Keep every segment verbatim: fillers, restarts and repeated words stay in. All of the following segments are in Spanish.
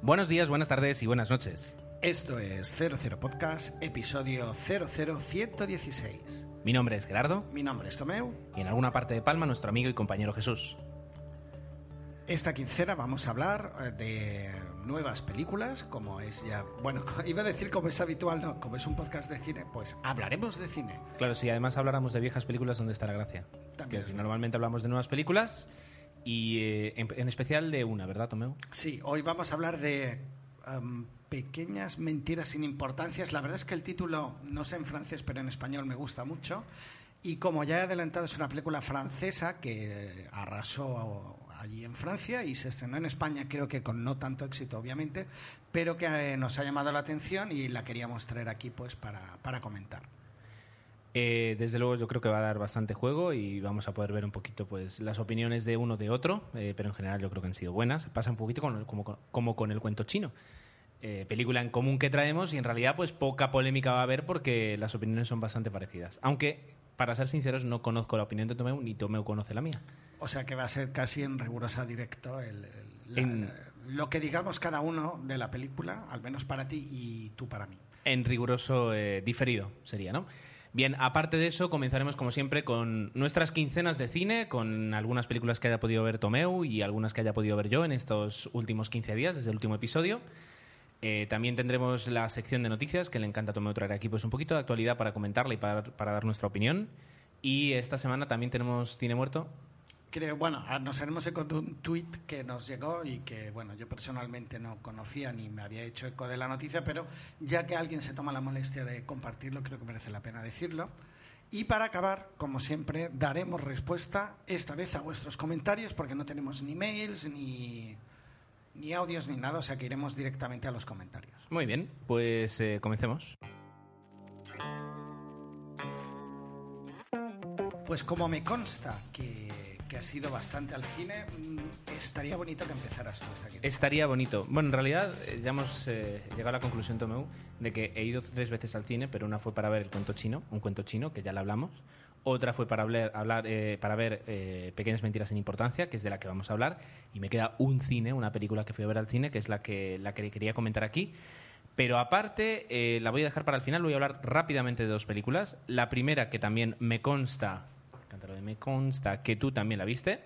Buenos días, buenas tardes y buenas noches. Esto es cero cero Podcast, episodio cero cero ciento dieciséis. Mi nombre es Gerardo. Mi nombre es Tomeu. Y en alguna parte de Palma, nuestro amigo y compañero Jesús. Esta quincena vamos a hablar de nuevas películas, como es ya... Bueno, iba a decir como es habitual, no, como es un podcast de cine, pues hablaremos de cine. Claro, si además habláramos de viejas películas, ¿dónde está la gracia? También que es normalmente hablamos de nuevas películas y eh, en, en especial de una, ¿verdad, Tomeu? Sí, hoy vamos a hablar de um, pequeñas mentiras sin importancias. La verdad es que el título, no sé en francés, pero en español me gusta mucho. Y como ya he adelantado, es una película francesa que arrasó allí en Francia y se estrenó en España, creo que con no tanto éxito, obviamente, pero que eh, nos ha llamado la atención y la queríamos traer aquí pues para, para comentar. Eh, desde luego yo creo que va a dar bastante juego y vamos a poder ver un poquito pues las opiniones de uno de otro, eh, pero en general yo creo que han sido buenas. Pasa un poquito con el, como, como con El cuento chino. Eh, película en común que traemos y en realidad pues poca polémica va a haber porque las opiniones son bastante parecidas. Aunque, para ser sinceros, no conozco la opinión de Tomeu ni Tomeu conoce la mía. O sea que va a ser casi en rigurosa directo el, el, la, en, lo que digamos cada uno de la película, al menos para ti y tú para mí. En riguroso eh, diferido sería, ¿no? Bien, aparte de eso, comenzaremos como siempre con nuestras quincenas de cine, con algunas películas que haya podido ver Tomeu y algunas que haya podido ver yo en estos últimos quince días, desde el último episodio. Eh, también tendremos la sección de noticias, que le encanta a Tomeu traer aquí pues un poquito de actualidad para comentarla y para, para dar nuestra opinión. Y esta semana también tenemos Cine Muerto. Creo, bueno, nos haremos eco de un tuit que nos llegó y que, bueno, yo personalmente no conocía ni me había hecho eco de la noticia, pero ya que alguien se toma la molestia de compartirlo, creo que merece la pena decirlo. Y para acabar, como siempre, daremos respuesta esta vez a vuestros comentarios, porque no tenemos ni mails ni... ni audios ni nada, o sea que iremos directamente a los comentarios. Muy bien, pues eh, comencemos. Pues como me consta que, que has ido bastante al cine, estaría bonito que empezaras tú esta quincena. Estaría bonito. Bueno, en realidad eh, ya hemos eh, llegado a la conclusión, Tomeu, de que he ido tres veces al cine, pero una fue para ver El cuento chino, un cuento chino, que ya lo hablamos. Otra fue para, hablar, hablar, eh, para ver eh, Pequeñas mentiras sin importancia, que es de la que vamos a hablar. Y me queda un cine, una película que fui a ver al cine, que es la que, la que quería comentar aquí. Pero aparte, eh, la voy a dejar para el final. Voy a hablar rápidamente de dos películas. La primera, que también me consta, cántalo de me consta, que tú también la viste.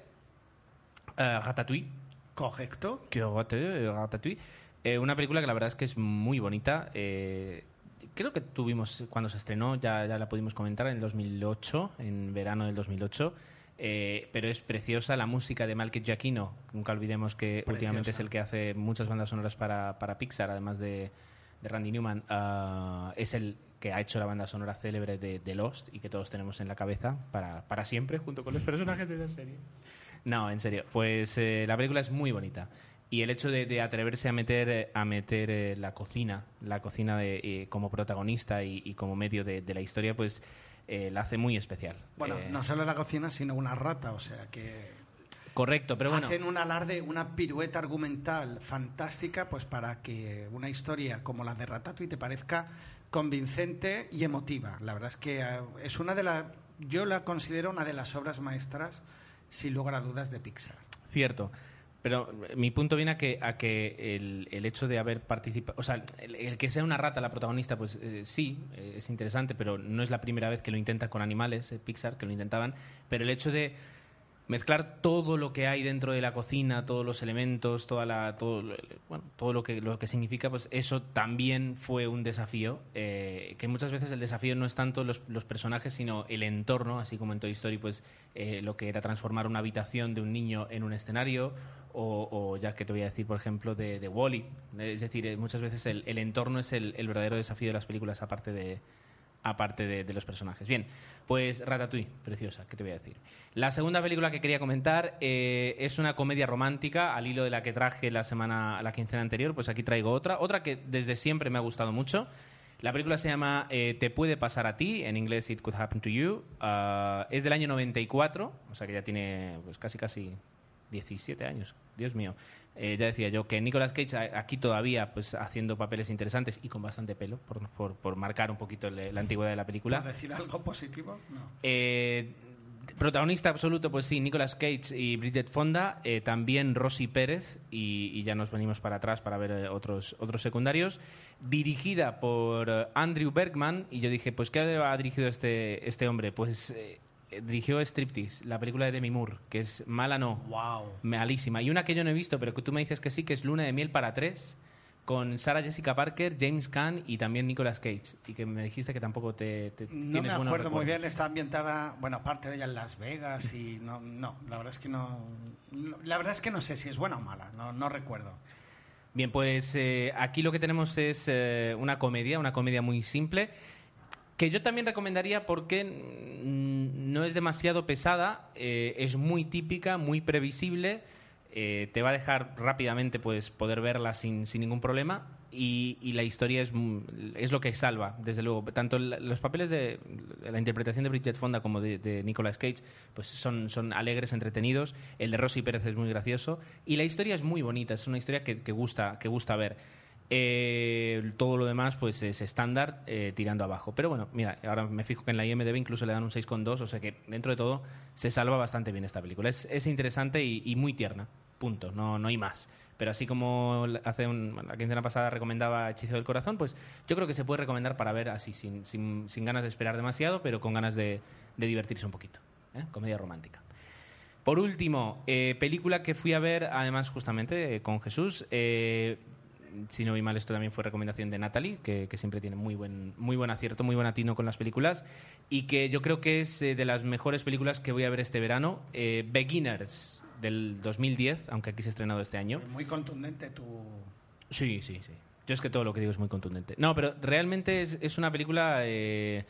Uh, Ratatouille. Correcto. Que Ratatouille. Eh, una película que la verdad es que es muy bonita. Eh... Creo que tuvimos, cuando se estrenó, ya, ya la pudimos comentar en el dos mil ocho, en verano del dos mil ocho, eh, pero es preciosa. La música de Malek Giacchino, nunca olvidemos que preciosa. Últimamente es el que hace muchas bandas sonoras para, para Pixar, además de, de Randy Newman, uh, es el que ha hecho la banda sonora célebre de, de Lost y que todos tenemos en la cabeza para, para siempre, junto con los personajes de la serie. No, en serio, pues eh, la película es muy bonita. Y el hecho de, de atreverse a meter a meter eh, la cocina, la cocina de, eh, como protagonista y, y como medio de, de la historia, pues eh, la hace muy especial. Bueno, eh, no solo la cocina, sino una rata, o sea que... Correcto, pero bueno... Hacen un alarde, una pirueta argumental fantástica, pues para que una historia como la de Ratatouille te parezca convincente y emotiva. La verdad es que uh, es una de las... Yo la considero una de las obras maestras, sin lugar a dudas, de Pixar. Cierto. Pero mi punto viene a que, a que el, el hecho de haber participado... O sea, el, el que sea una rata la protagonista, pues eh, sí, eh, es interesante, pero no es la primera vez que lo intenta con animales, eh, Pixar, que lo intentaban. Pero el hecho de mezclar todo lo que hay dentro de la cocina, todos los elementos, toda la, todo, bueno, todo lo que, lo que significa, pues eso también fue un desafío. Eh, que muchas veces el desafío no es tanto los, los personajes, sino el entorno, así como en Toy Story, pues eh, lo que era transformar una habitación de un niño en un escenario, o, o ya que te voy a decir, por ejemplo, de, de Wall-E. Es decir, eh, muchas veces el, el entorno es el, el verdadero desafío de las películas, aparte de... aparte de, de los personajes. Bien, pues Ratatouille, preciosa, ¿qué te voy a decir? La segunda película que quería comentar eh, es una comedia romántica, al hilo de la que traje la semana, la quincena anterior, pues aquí traigo otra, otra que desde siempre me ha gustado mucho. La película se llama eh, Te puede pasar a ti, en inglés It Could Happen to You. Uh, es del año noventa y cuatro, o sea que ya tiene pues casi casi diecisiete años, Dios mío. Eh, ya decía yo que Nicolas Cage aquí todavía pues haciendo papeles interesantes y con bastante pelo, por, por, por marcar un poquito el, la antigüedad de la película. ¿Por decir algo positivo? No. Eh, Protagonista absoluto, pues sí, Nicolas Cage y Bridget Fonda, eh, también Rosy Pérez, y, y ya nos venimos para atrás para ver eh, otros, otros secundarios. Dirigida por eh, Andrew Bergman, y yo dije, pues ¿qué ha dirigido este, este hombre? Pues eh, dirigió Striptease, la película de Demi Moore, que es mala no, wow. malísima. Y una que yo no he visto, pero que tú me dices que sí, que es Luna de miel para tres, con Sarah Jessica Parker, James Caan y también Nicolas Cage, y que me dijiste que tampoco te, te no tienes me buenos acuerdo muy recuerdos. bien, está ambientada, bueno, parte de ella en Las Vegas y no, no, la verdad es que no, la verdad es que no sé si es buena o mala, no, no recuerdo. Bien, pues eh, aquí lo que tenemos es eh, una comedia, una comedia muy simple, que yo también recomendaría porque mm, no es demasiado pesada, eh, es muy típica, muy previsible, eh, te va a dejar rápidamente pues poder verla sin, sin ningún problema, y, y la historia es, es lo que salva, desde luego. Tanto el- los papeles de la interpretación de Bridget Fonda como de, de Nicolas Cage pues son, son alegres, entretenidos. El de Rosy Pérez es muy gracioso y la historia es muy bonita, es una historia que, que gusta, que gusta ver. Eh, todo lo demás pues es estándar, eh, tirando abajo. Pero bueno, mira, ahora me fijo que en la I M D B incluso le dan un seis coma dos, o sea que dentro de todo se salva bastante bien esta película. Es, es interesante y, y muy tierna, punto, no, no hay más. Pero así como hace un, la quincena pasada recomendaba Hechizo del Corazón, pues yo creo que se puede recomendar para ver así, sin, sin, sin ganas de esperar demasiado, pero con ganas de, de divertirse un poquito, ¿eh? Comedia romántica. Por último, eh, película que fui a ver, además justamente eh, con Jesús, eh, si no vi mal, esto también fue recomendación de Natalie, que, que siempre tiene muy buen, muy buen acierto, muy buen atino con las películas, y que yo creo que es eh, de las mejores películas que voy a ver este verano, eh, Beginners, del dos mil diez, aunque aquí se ha estrenado este año. Muy contundente tu... Sí, sí, sí. Yo es que todo lo que digo es muy contundente. No, pero realmente es, es una película... Eh,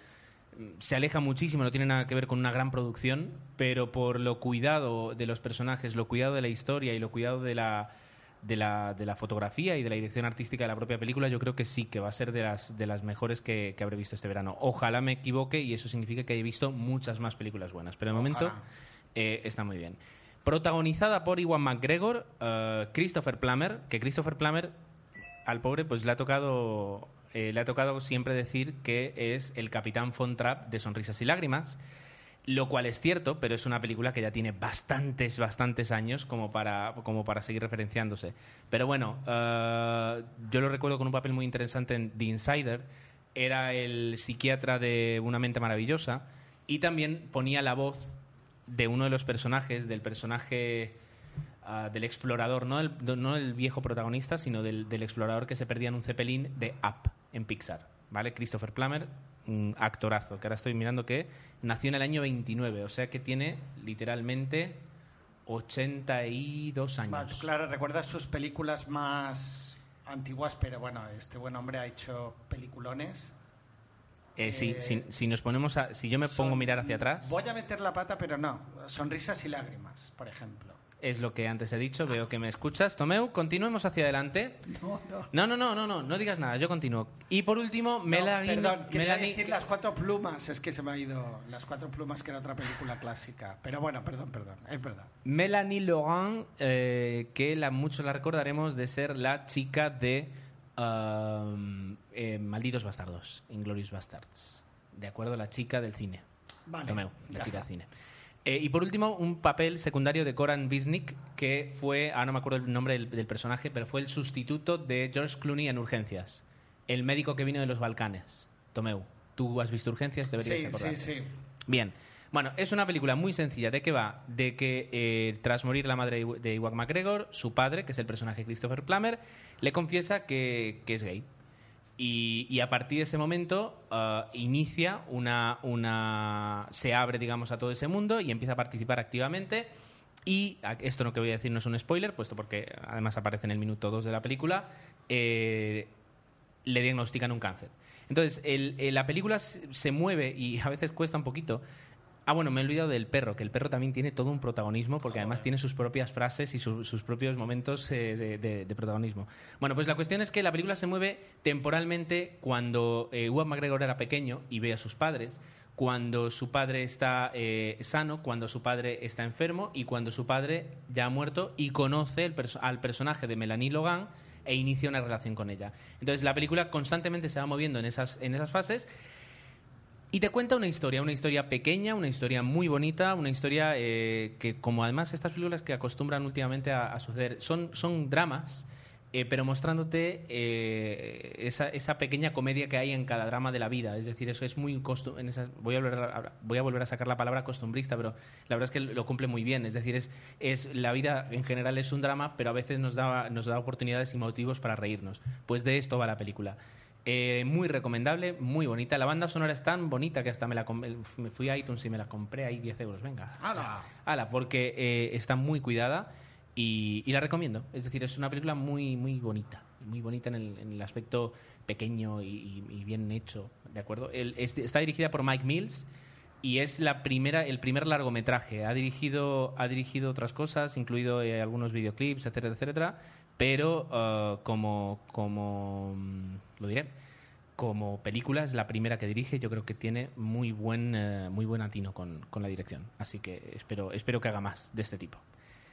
se aleja muchísimo, no tiene nada que ver con una gran producción, pero por lo cuidado de los personajes, lo cuidado de la historia y lo cuidado de la, de la, de la fotografía y de la dirección artística de la propia película, yo creo que sí, que va a ser de las, de las mejores que, que habré visto este verano. Ojalá me equivoque y eso significa que he visto muchas más películas buenas, pero de momento Ojalá. eh, está muy bien. Protagonizada por Ewan McGregor, uh, Christopher Plummer, que Christopher Plummer al pobre pues le ha tocado eh, le ha tocado siempre decir que es el Capitán Von Trapp de Sonrisas y Lágrimas, lo cual es cierto, pero es una película que ya tiene bastantes, bastantes años como para, como para seguir referenciándose. Pero bueno, uh, yo lo recuerdo con un papel muy interesante en The Insider, era el psiquiatra de Una mente maravillosa y también ponía la voz de uno de los personajes, del personaje uh, del explorador, no el, no el viejo protagonista, sino del, del explorador que se perdía en un Zeppelin de Up, en Pixar, ¿vale? Christopher Plummer, un actorazo, que ahora estoy mirando que nació en el año veintinueve, o sea que tiene literalmente ochenta y dos años. Bueno, claro, recuerdas sus películas más antiguas, pero bueno, este buen hombre ha hecho peliculones. Eh, sí, Eh, si, si nos ponemos a, si yo me pongo a Son- mirar hacia atrás, Voy a meter la pata, pero no. Sonrisas y lágrimas, por ejemplo. es lo que antes he dicho, veo que me escuchas. Tomeu, continuemos hacia adelante. No, no. No, no, no, no, no, no digas nada, yo continúo. Y por último, Melanie... No, perdón, quería Melanie- decir Las Cuatro Plumas. Es que se me ha ido Las Cuatro Plumas, que era otra película clásica. Pero bueno, perdón, perdón, es verdad. Melanie Laurent, eh, que la, muchos la recordaremos de ser la chica de um, eh, Malditos Bastardos, Inglourious Bastards. De acuerdo, la chica del cine. Vale, Tomeu, la ya chica está. del cine. Eh, y por último, un papel secundario de Coran Bisnick, que fue, ahora no me acuerdo el nombre del, del personaje, pero fue el sustituto de George Clooney en Urgencias. El médico que vino de los Balcanes. Tomeu, tú has visto Urgencias, deberías Sí, acordarte. sí, sí. Bien. Bueno, es una película muy sencilla. ¿De qué va? De que eh, tras morir la madre de Ewan McGregor, su padre, que es el personaje Christopher Plummer, le confiesa que, que es gay. Y, y a partir de ese momento uh, inicia una, una... se abre, digamos, a todo ese mundo y empieza a participar activamente. Y a- esto no que voy a decir no es un spoiler, puesto porque además aparece en el minuto dos de la película, eh, le diagnostican un cáncer. Entonces, el- el- la película se se mueve y a veces cuesta un poquito. Ah, bueno, me he olvidado del perro, que el perro también tiene todo un protagonismo, porque además tiene sus propias frases y su- sus propios momentos eh, de, de- de protagonismo. Bueno, pues la cuestión es que la película se mueve temporalmente cuando eh, Ewan McGregor era pequeño y ve a sus padres, cuando su padre está eh, sano, cuando su padre está enfermo y cuando su padre ya ha muerto y conoce el perso- al personaje de Melanie Logan e inicia una relación con ella. Entonces la película constantemente se va moviendo en esas, en esas fases. Y te cuenta una historia, una historia pequeña, una historia muy bonita, una historia eh, que, como además estas películas que acostumbran últimamente a, a suceder, son, son dramas, eh, pero mostrándote eh, esa, esa pequeña comedia que hay en cada drama de la vida. Es decir, eso es muy costu- en esas, voy, a volver a, voy a volver a sacar la palabra costumbrista, pero la verdad es que lo cumple muy bien. Es decir, es, es la vida en general es un drama, pero a veces nos da, nos da oportunidades y motivos para reírnos. Pues de esto va la película. Eh, muy recomendable, muy bonita. La banda sonora es tan bonita que hasta me la com- me fui a iTunes y me la compré ahí diez euros. Venga. ¡Hala! ¡Hala! Porque eh, está muy cuidada y, y la recomiendo. Es decir, es una película muy, muy bonita. Muy bonita en el, en el aspecto pequeño y, y- y bien hecho. ¿De acuerdo? El- es- está dirigida por Mike Mills y es la primera, el primer largometraje. Ha dirigido, ha dirigido otras cosas, incluido eh, algunos videoclips, etcétera, etcétera. Pero uh, como, como lo diré, como película es la primera que dirige. Yo creo que tiene muy buen, uh, muy buen atino con, con la dirección. Así que espero, espero que haga más de este tipo.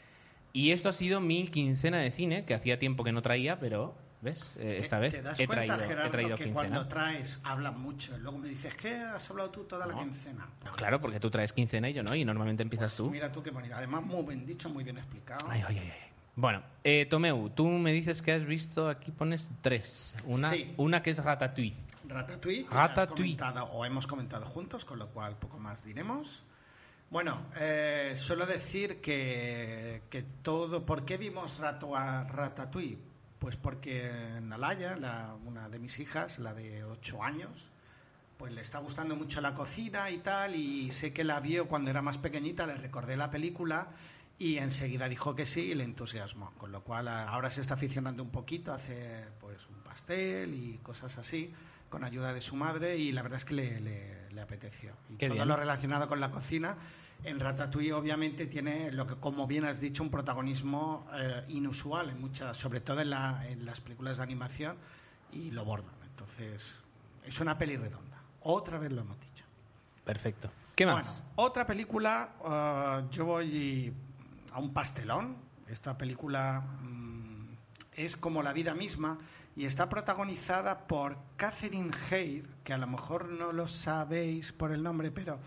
Y esto ha sido mi quincena de cine, que hacía tiempo que no traía, pero ¿ves? Eh, esta ¿Te, vez te das he cuenta, traído, Gerardo, he traído que quincena. cuando traes hablan mucho? Luego me dices, ¿qué has hablado tú toda No. la quincena? No, claro, porque tú traes quincena y yo no, y normalmente empiezas Pues tú. mira tú qué bonita. Además, muy bien dicho, muy bien explicado. Ay, ay, ay, ay. Bueno, eh, Tomeu, tú me dices que has visto, aquí pones tres. Una, Sí. una que es Ratatouille. Ratatouille, que Ratatouille. ya has comentado, o hemos comentado juntos, con lo cual poco más diremos. Bueno, eh, suelo decir que, que todo... ¿Por qué vimos Rato a Ratatouille? Pues porque Nalaya, la, una de mis hijas, la de ocho años, pues le está gustando mucho la cocina y tal, y sé que la vio cuando era más pequeñita, le recordé la película y enseguida dijo que sí y le entusiasmó, con lo cual ahora se está aficionando un poquito a hacer pues un pastel y cosas así con ayuda de su madre, y la verdad es que le, le, le apeteció. Y Qué todo bien. lo relacionado con la cocina en Ratatouille obviamente tiene, lo que como bien has dicho, un protagonismo eh, inusual en muchas, sobre todo en, la, en las películas de animación, y lo bordan. Entonces es una peli redonda. Otra vez lo hemos dicho. Perfecto. ¿Qué más? Bueno, otra película, uh, yo voy a un pastelón. Esta película mmm, es como la vida misma y está protagonizada por Catherine Hale, que a lo mejor no lo sabéis por el nombre, pero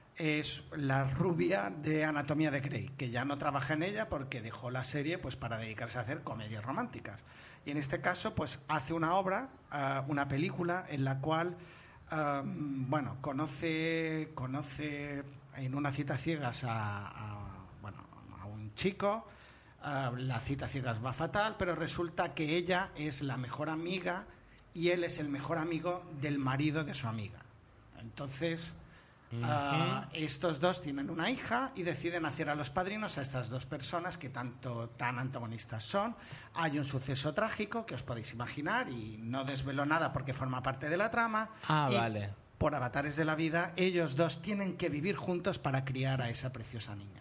es la rubia de Anatomía de Grey, que ya no trabaja en ella porque dejó la serie pues para dedicarse a hacer comedias románticas. Y en este caso pues hace una obra, uh, una película en la cual Uh, bueno, conoce, conoce en una cita ciegas a, a, bueno, a un chico. Uh, la cita ciegas va fatal, pero resulta que ella es la mejor amiga y él es el mejor amigo del marido de su amiga. Entonces, uh, uh-huh. estos dos tienen una hija y deciden hacer a los padrinos a estas dos personas que tanto tan antagonistas son. Hay un suceso trágico que os podéis imaginar y no desvelo nada porque forma parte de la trama. Ah, y vale. Por avatares de la vida, ellos dos tienen que vivir juntos para criar a esa preciosa niña.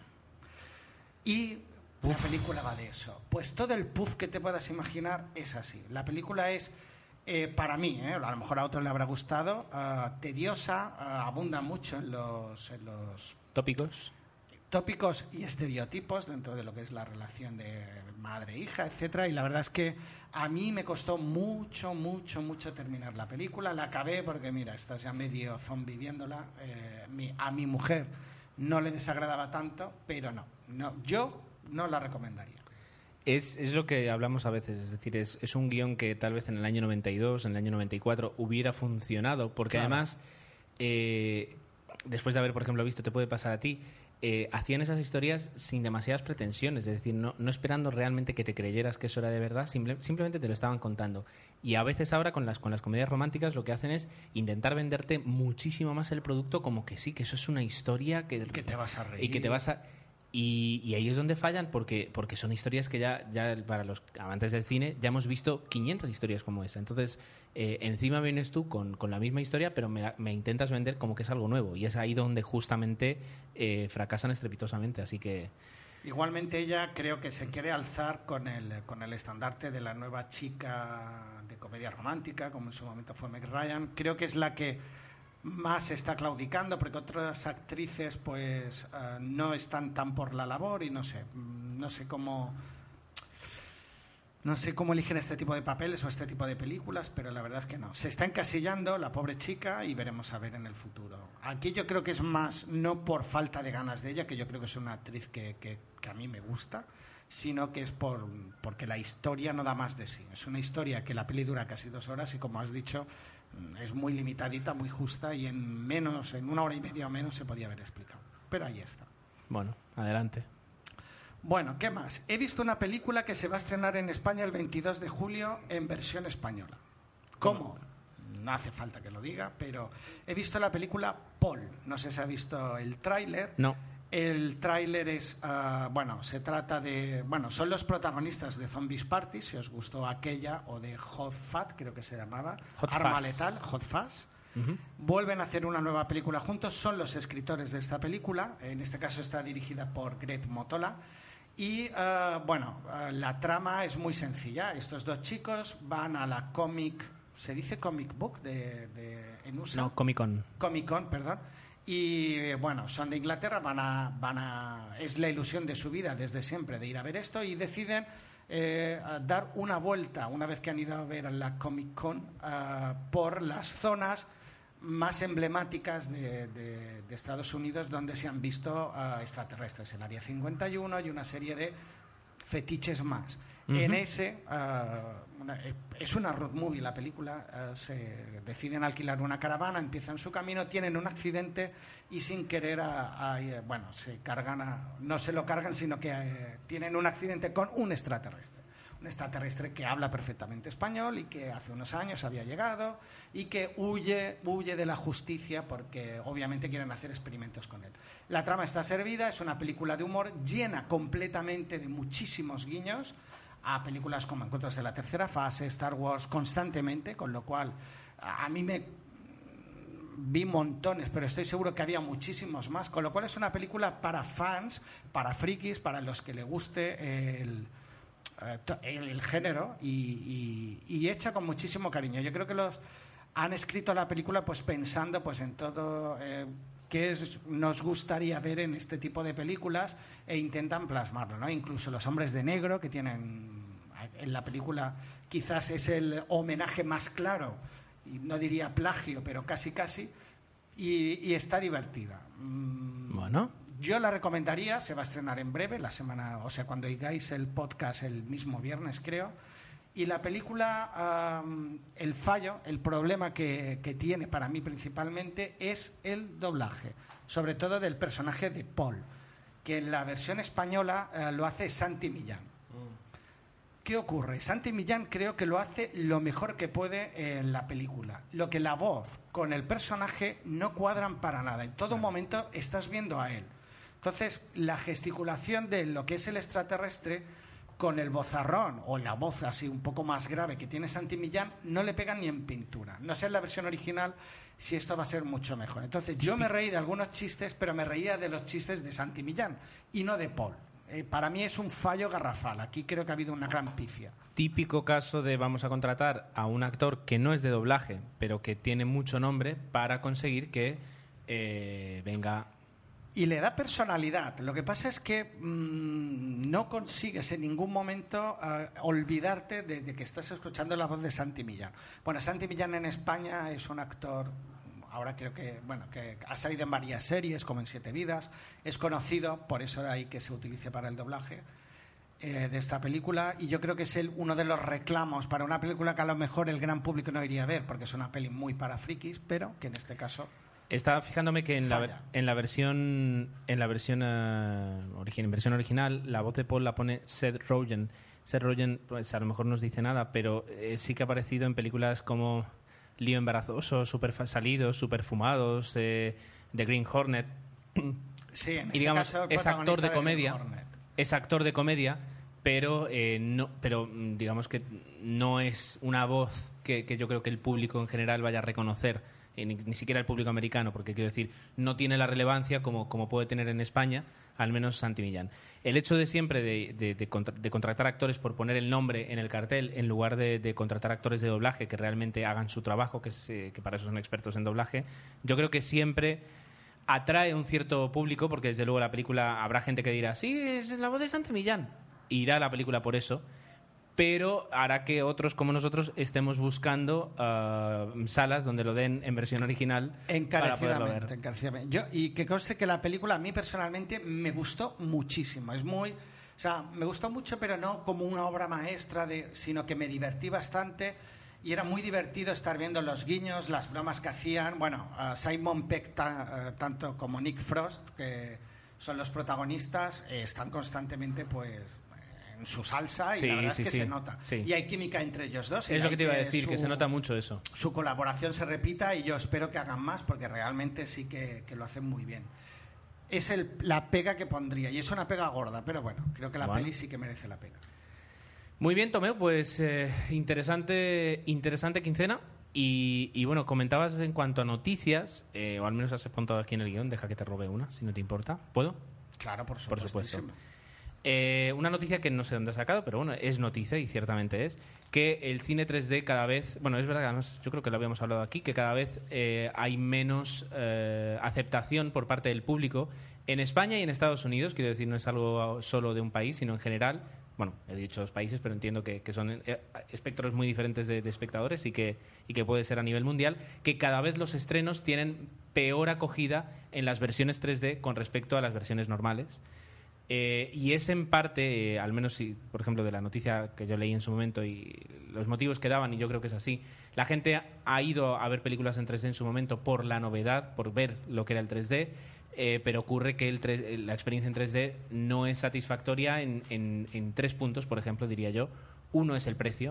Y Uf. la película va de eso. Pues todo el puff que te puedas imaginar es así. La película es, eh, para mí, eh, a lo mejor a otros le habrá gustado, uh, tediosa, uh, abunda mucho en los, en los tópicos. tópicos y estereotipos dentro de lo que es la relación de madre-hija, etcétera, y la verdad es que a mí me costó mucho, mucho, mucho terminar la película. La acabé porque, mira, estás ya medio zombie viéndola. Eh, mi, a mi mujer no le desagradaba tanto, pero no, no yo no la recomendaría. Es, es lo que hablamos a veces, es decir, es, es un guión que tal vez en el año noventa y dos, en el año noventa y cuatro hubiera funcionado, porque claro. además, eh, después de haber, por ejemplo, visto Te puede pasar a ti, Eh, hacían esas historias sin demasiadas pretensiones, es decir, no, no esperando realmente que te creyeras que eso era de verdad, simple, simplemente te lo estaban contando. Y a veces ahora con las, con las comedias románticas lo que hacen es intentar venderte muchísimo más el producto, como que sí, que eso es una historia que, que te vas a reír. Y que te vas a... Y, y ahí es donde fallan porque, porque son historias que ya, ya para los amantes del cine ya hemos visto quinientas historias como esa. Entonces, eh, encima vienes tú con, con la misma historia, pero me, me intentas vender como que es algo nuevo. Y es ahí donde justamente eh, fracasan estrepitosamente. Así que... Igualmente ella creo que se quiere alzar con el, con el estandarte de la nueva chica de comedia romántica, como en su momento fue Meg Ryan. Creo que es la que más está claudicando porque otras actrices pues uh, no están tan por la labor y no sé, no sé cómo No sé cómo eligen este tipo de papeles o este tipo de películas, pero la verdad es que no. Se está encasillando la pobre chica y veremos a ver en el futuro. Aquí yo creo que es más, no por falta de ganas de ella, que yo creo que es una actriz que, que, que a mí me gusta, sino que es por porque la historia no da más de sí. Es una historia que la peli dura casi dos horas y, como has dicho, es muy limitadita, muy justa, y en menos, en una hora y media o menos se podía haber explicado. Pero ahí está. Bueno, adelante. Bueno, ¿qué más? He visto una película que se va a estrenar en España el veintidós de julio en versión española. ¿Cómo? No hace falta que lo diga, pero he visto la película Paul. No sé si ha visto el tráiler. No. El tráiler es, uh, bueno, se trata de, bueno, son los protagonistas de Zombies Party, si os gustó aquella, o de Hot Fat, creo que se llamaba, Hot Arma Fuzz. Letal, Hot Fuzz. Uh-huh. Vuelven a hacer una nueva película juntos, son los escritores de esta película, en este caso está dirigida por Greg Motola. Y uh, bueno, uh, la trama es muy sencilla. Estos dos chicos van a la Comic, ¿se dice Comic Book de, de en U S A? No, Comic Con. Comic Con, perdón. Y bueno, son de Inglaterra, van a, van a, es la ilusión de su vida desde siempre de ir a ver esto, y deciden eh, dar una vuelta, una vez que han ido a ver a la Comic Con, uh, por las zonas más emblemáticas de, de, de Estados Unidos donde se han visto uh, extraterrestres, el Área cincuenta y uno y una serie de fetiches más. Uh-huh. En ese, uh, una, es una road movie la película, uh, se deciden alquilar una caravana, empiezan su camino, tienen un accidente y sin querer, a, a, bueno, se cargan, a, no se lo cargan, sino que uh, tienen un accidente con un extraterrestre. Un extraterrestre que habla perfectamente español y que hace unos años había llegado y que huye, huye de la justicia porque obviamente quieren hacer experimentos con él. La trama está servida, es una película de humor llena completamente de muchísimos guiños a películas como Encuentros de la Tercera Fase, Star Wars, constantemente, con lo cual a mí me vi montones, pero estoy seguro que había muchísimos más, con lo cual es una película para fans, para frikis, para los que le guste el El, el género y, y, y hecha con muchísimo cariño. Yo creo que los han escrito la película pues pensando pues en todo eh, que es, nos gustaría ver en este tipo de películas, e intentan plasmarlo, ¿no? Incluso los hombres de negro que tienen en la película quizás es el homenaje más claro, y no diría plagio, pero casi casi, y, y está divertida. Bueno, yo la recomendaría, se va a estrenar en breve, la semana, o sea, cuando oigáis el podcast el mismo viernes, creo. Y la película, um, el fallo, el problema que, que tiene para mí principalmente es el doblaje, sobre todo del personaje de Paul, que en la versión española uh, lo hace Santi Millán. Mm. ¿Qué ocurre? Santi Millán creo que lo hace lo mejor que puede en la película. Lo que la voz con el personaje no cuadran para nada. En todo momento estás viendo a él. Entonces, la gesticulación de lo que es el extraterrestre con el vozarrón o la voz así un poco más grave que tiene Santi Millán no le pegan ni en pintura. No sé en la versión original si esto va a ser mucho mejor. Entonces, yo me reí de algunos chistes, pero me reía de los chistes de Santi Millán y no de Paul. Eh, para mí es un fallo garrafal. Aquí creo que ha habido una gran pifia. Típico caso de vamos a contratar a un actor que no es de doblaje, pero que tiene mucho nombre para conseguir que eh, venga... Y le da personalidad. Lo que pasa es que mmm, no consigues en ningún momento uh, olvidarte de, de que estás escuchando la voz de Santi Millán. Bueno, Santi Millán en España es un actor, ahora creo que, bueno, que ha salido en varias series, como en Siete Vidas. Es conocido, por eso de ahí que se utilice para el doblaje eh, de esta película. Y yo creo que es el, uno de los reclamos para una película que a lo mejor el gran público no iría a ver, porque es una peli muy para frikis, pero que en este caso... Estaba fijándome que en la, en la versión en la versión, uh, origi- en versión original la voz de Paul la pone Seth Rogen. Seth Rogen pues a lo mejor no nos dice nada, pero eh, sí que ha aparecido en películas como Lío embarazoso, Super salidos, Super fumados, eh, The Green Hornet. Sí, en y digamos, este caso, es actor de de comedia, es actor de comedia, pero eh, no, pero digamos que no es una voz que, que yo creo que el público en general vaya a reconocer. Ni, ni siquiera el público americano, porque quiero decir, no tiene la relevancia como, como puede tener en España, al menos Santi Millán. El hecho de siempre de, de, de, contra, de contratar actores por poner el nombre en el cartel, en lugar de, de contratar actores de doblaje que realmente hagan su trabajo, que, es, eh, que para eso son expertos en doblaje, yo creo que siempre atrae un cierto público, porque desde luego la película habrá gente que dirá, sí, es la voz de Santi Millán, e irá a la película por eso. pero hará que otros como nosotros estemos buscando uh, salas donde lo den en versión original para poderlo ver. Encarecidamente. Yo, y que conste que la película a mí personalmente me gustó muchísimo. Es muy... O sea, me gustó mucho, pero no como una obra maestra, de, sino que me divertí bastante y era muy divertido estar viendo los guiños, las bromas que hacían. Bueno, uh, Simon Pegg, ta, uh, tanto como Nick Frost, que son los protagonistas, eh, están constantemente pues en su salsa y sí, la verdad sí, es que sí, se nota. Sí. Y hay química entre ellos dos. Es lo que te iba a decir, su, que se nota mucho eso. Su colaboración se repita y yo espero que hagan más porque realmente sí que, que lo hacen muy bien. Es el, la pega que pondría, y es una pega gorda, pero bueno, creo que la bueno. peli sí que merece la pena. Muy bien, Tomeu, pues eh, interesante, interesante quincena. Y, y bueno, comentabas en cuanto a noticias, eh, o al menos has apuntado aquí en el guión, deja que te robe una, si no te importa. ¿Puedo? Claro, por supuesto. Por supuesto. Eh, una noticia que no sé dónde ha sacado, pero bueno, es noticia y ciertamente es, que el cine tres D cada vez, bueno, es verdad que además yo creo que lo habíamos hablado aquí, que cada vez eh, hay menos eh, aceptación por parte del público en España y en Estados Unidos. Quiero decir, no es algo solo de un país, sino en general. Bueno, he dicho dos países, pero entiendo que, que son eh, espectros muy diferentes de, de espectadores y que, y que puede ser a nivel mundial, que cada vez los estrenos tienen peor acogida en las versiones tres D con respecto a las versiones normales. Eh, y es en parte, eh, al menos si, por ejemplo, de la noticia que yo leí en su momento y los motivos que daban, y yo creo que es así, la gente ha ido a ver películas en tres D en su momento por la novedad, por ver lo que era el tres D, eh, pero ocurre que el tres, la experiencia en tres D no es satisfactoria en, en, en tres puntos, por ejemplo, diría yo. Uno es el precio,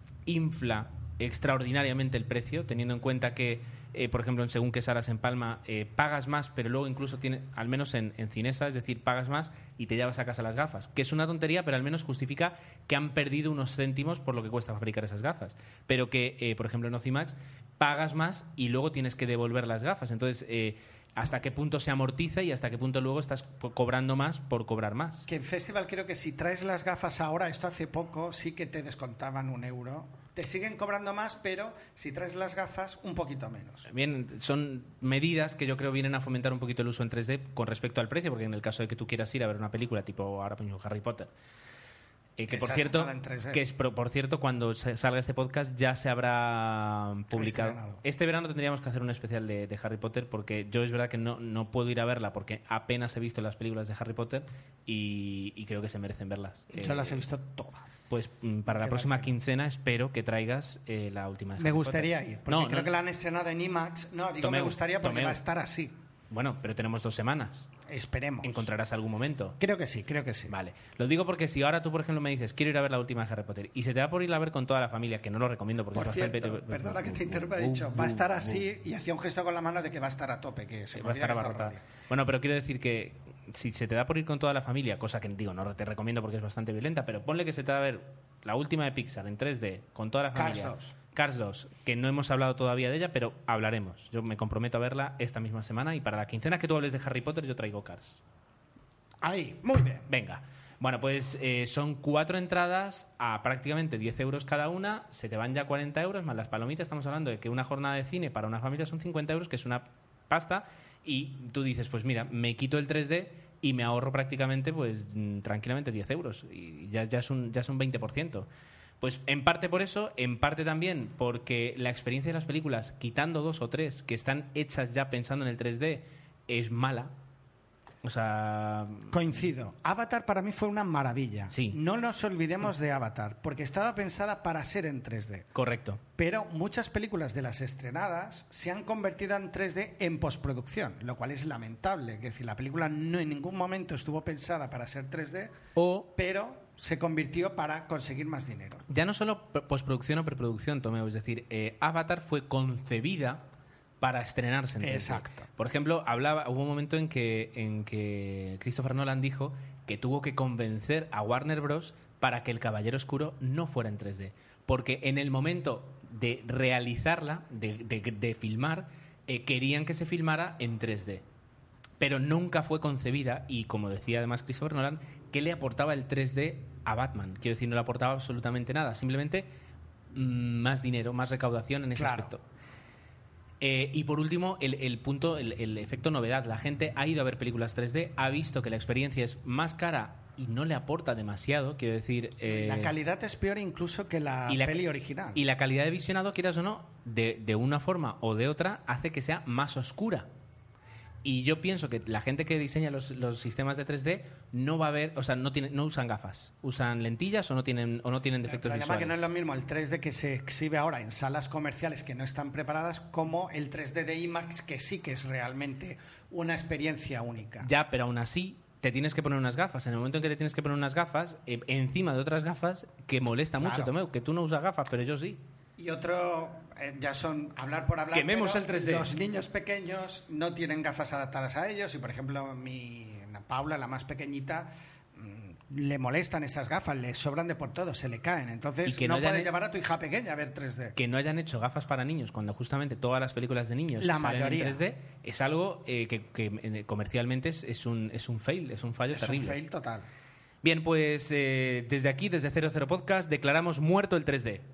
infla extraordinariamente el precio, teniendo en cuenta que, eh, por ejemplo, en según qué salas en Palma, eh, pagas más, pero luego incluso tiene, al menos en, en Cinesa, es decir, pagas más y te llevas a casa las gafas, que es una tontería, pero al menos justifica que han perdido unos céntimos por lo que cuesta fabricar esas gafas, pero que, eh, por ejemplo, en Ocimax pagas más y luego tienes que devolver las gafas. Entonces, eh, hasta qué punto se amortiza y hasta qué punto luego estás cobrando más por cobrar más. Que en Festival creo que si traes las gafas ahora, esto hace poco, sí que te descontaban un euro. Te siguen cobrando más, pero si traes las gafas, un poquito menos. Bien, son medidas que yo creo vienen a fomentar un poquito el uso en tres D con respecto al precio, porque en el caso de que tú quieras ir a ver una película tipo ahora mismo Harry Potter, Eh, que, por cierto, que es, por cierto, cuando salga este podcast ya se habrá publicado. Estrenado. Este verano tendríamos que hacer un especial de, de Harry Potter, porque yo es verdad que no, no puedo ir a verla porque apenas he visto las películas de Harry Potter y, y creo que se merecen verlas. Yo eh, las he visto todas. Pues para la próxima quincena espero que traigas eh, la última de Harry Me gustaría Potter. ir, porque no, creo no, que la han estrenado en IMAX. No, digo Tomeu, me gustaría porque Tomeu. va a estar así. Bueno, pero tenemos dos semanas. Esperemos. ¿Encontrarás algún momento? Creo que sí, creo que sí. Vale. Lo digo porque si ahora tú, por ejemplo, me dices quiero ir a ver la última de Harry Potter y se te va por ir a ver con toda la familia, que no lo recomiendo porque Por es cierto, bastante... perdona que te interrumpa, he dicho, va a estar así y hacía un gesto con la mano de que va a estar a tope, que se me va a estar olvida que abarrotada. está radio. Bueno, pero quiero decir que si se te da por ir con toda la familia, cosa que digo, no te recomiendo porque es bastante violenta, pero ponle que se te va a ver la última de Pixar en tres D con toda la familia. Cars dos. Cars dos, que no hemos hablado todavía de ella, pero hablaremos. Yo me comprometo a verla esta misma semana y para la quincena que tú hables de Harry Potter yo traigo Cars. Ahí, muy bien. Venga. Bueno, pues eh, son cuatro entradas a prácticamente diez euros cada una, se te van ya cuarenta euros, más las palomitas. Estamos hablando de que una jornada de cine para una familia son cincuenta euros, que es una pasta, y tú dices, pues mira, me quito el tres D y me ahorro prácticamente, pues tranquilamente diez euros, y ya, ya, es, un, ya es un veinte por ciento. Pues en parte por eso, en parte también porque la experiencia de las películas, quitando dos o tres que están hechas ya pensando en el tres D, es mala. O sea... Coincido. Avatar para mí fue una maravilla. Sí. No nos olvidemos de Avatar, porque estaba pensada para ser en tres D. Correcto. Pero muchas películas de las estrenadas se han convertido en tres D en postproducción, lo cual es lamentable. Es decir, la película no en ningún momento estuvo pensada para ser tres D, o... pero se convirtió para conseguir más dinero. Ya no solo postproducción o preproducción, Tomeu, es decir, eh, Avatar fue concebida para estrenarse en tres D. Exacto. Por ejemplo, hablaba, hubo un momento en que, en que Christopher Nolan dijo que tuvo que convencer a Warner Bros. Para que El Caballero Oscuro no fuera en tres D. Porque en el momento de realizarla, de, de, de filmar, eh, querían que se filmara en tres D. Pero nunca fue concebida, y como decía además Christopher Nolan, ¿qué le aportaba el tres D a Batman? Quiero decir, no le aportaba absolutamente nada, simplemente mmm, más dinero, más recaudación en ese claro. aspecto. Eh, y por último, el, el punto, el, el efecto novedad. La gente ha ido a ver películas tres D, ha visto que la experiencia es más cara y no le aporta demasiado, quiero decir... Eh, la calidad es peor incluso que la, y la peli original. Y la calidad de visionado, quieras o no, de, de una forma o de otra, hace que sea más oscura. Y yo pienso que la gente que diseña los, los sistemas de tres D no va a ver, o sea, no tiene, no usan gafas, usan lentillas o no tienen o no tienen defectos el visuales. que no es lo mismo el tres D que se exhibe ahora en salas comerciales que no están preparadas como el tres D de IMAX, que sí que es realmente una experiencia única. Ya, pero aún así te tienes que poner unas gafas. En el momento en que te tienes que poner unas gafas, eh, encima de otras gafas, que molesta Claro. mucho, Tomeu, que tú no usas gafas, pero yo sí. Y otro, eh, ya son hablar por hablar, Quememos pero el tres D. Los niños pequeños no tienen gafas adaptadas a ellos y, por ejemplo, mi la Paula, la más pequeñita, mmm, le molestan esas gafas, le sobran de por todo, se le caen. Entonces Y que no, no puedes hayan- llevar a tu hija pequeña a ver tres D. Que no hayan hecho gafas para niños cuando justamente todas las películas de niños La salen mayoría. en tres D es algo eh, que, que, eh, comercialmente es, es, un, es un fail, es un fallo Es terrible. un fail total. Bien, pues eh, desde aquí, desde cero cero Podcast, declaramos muerto el tres D.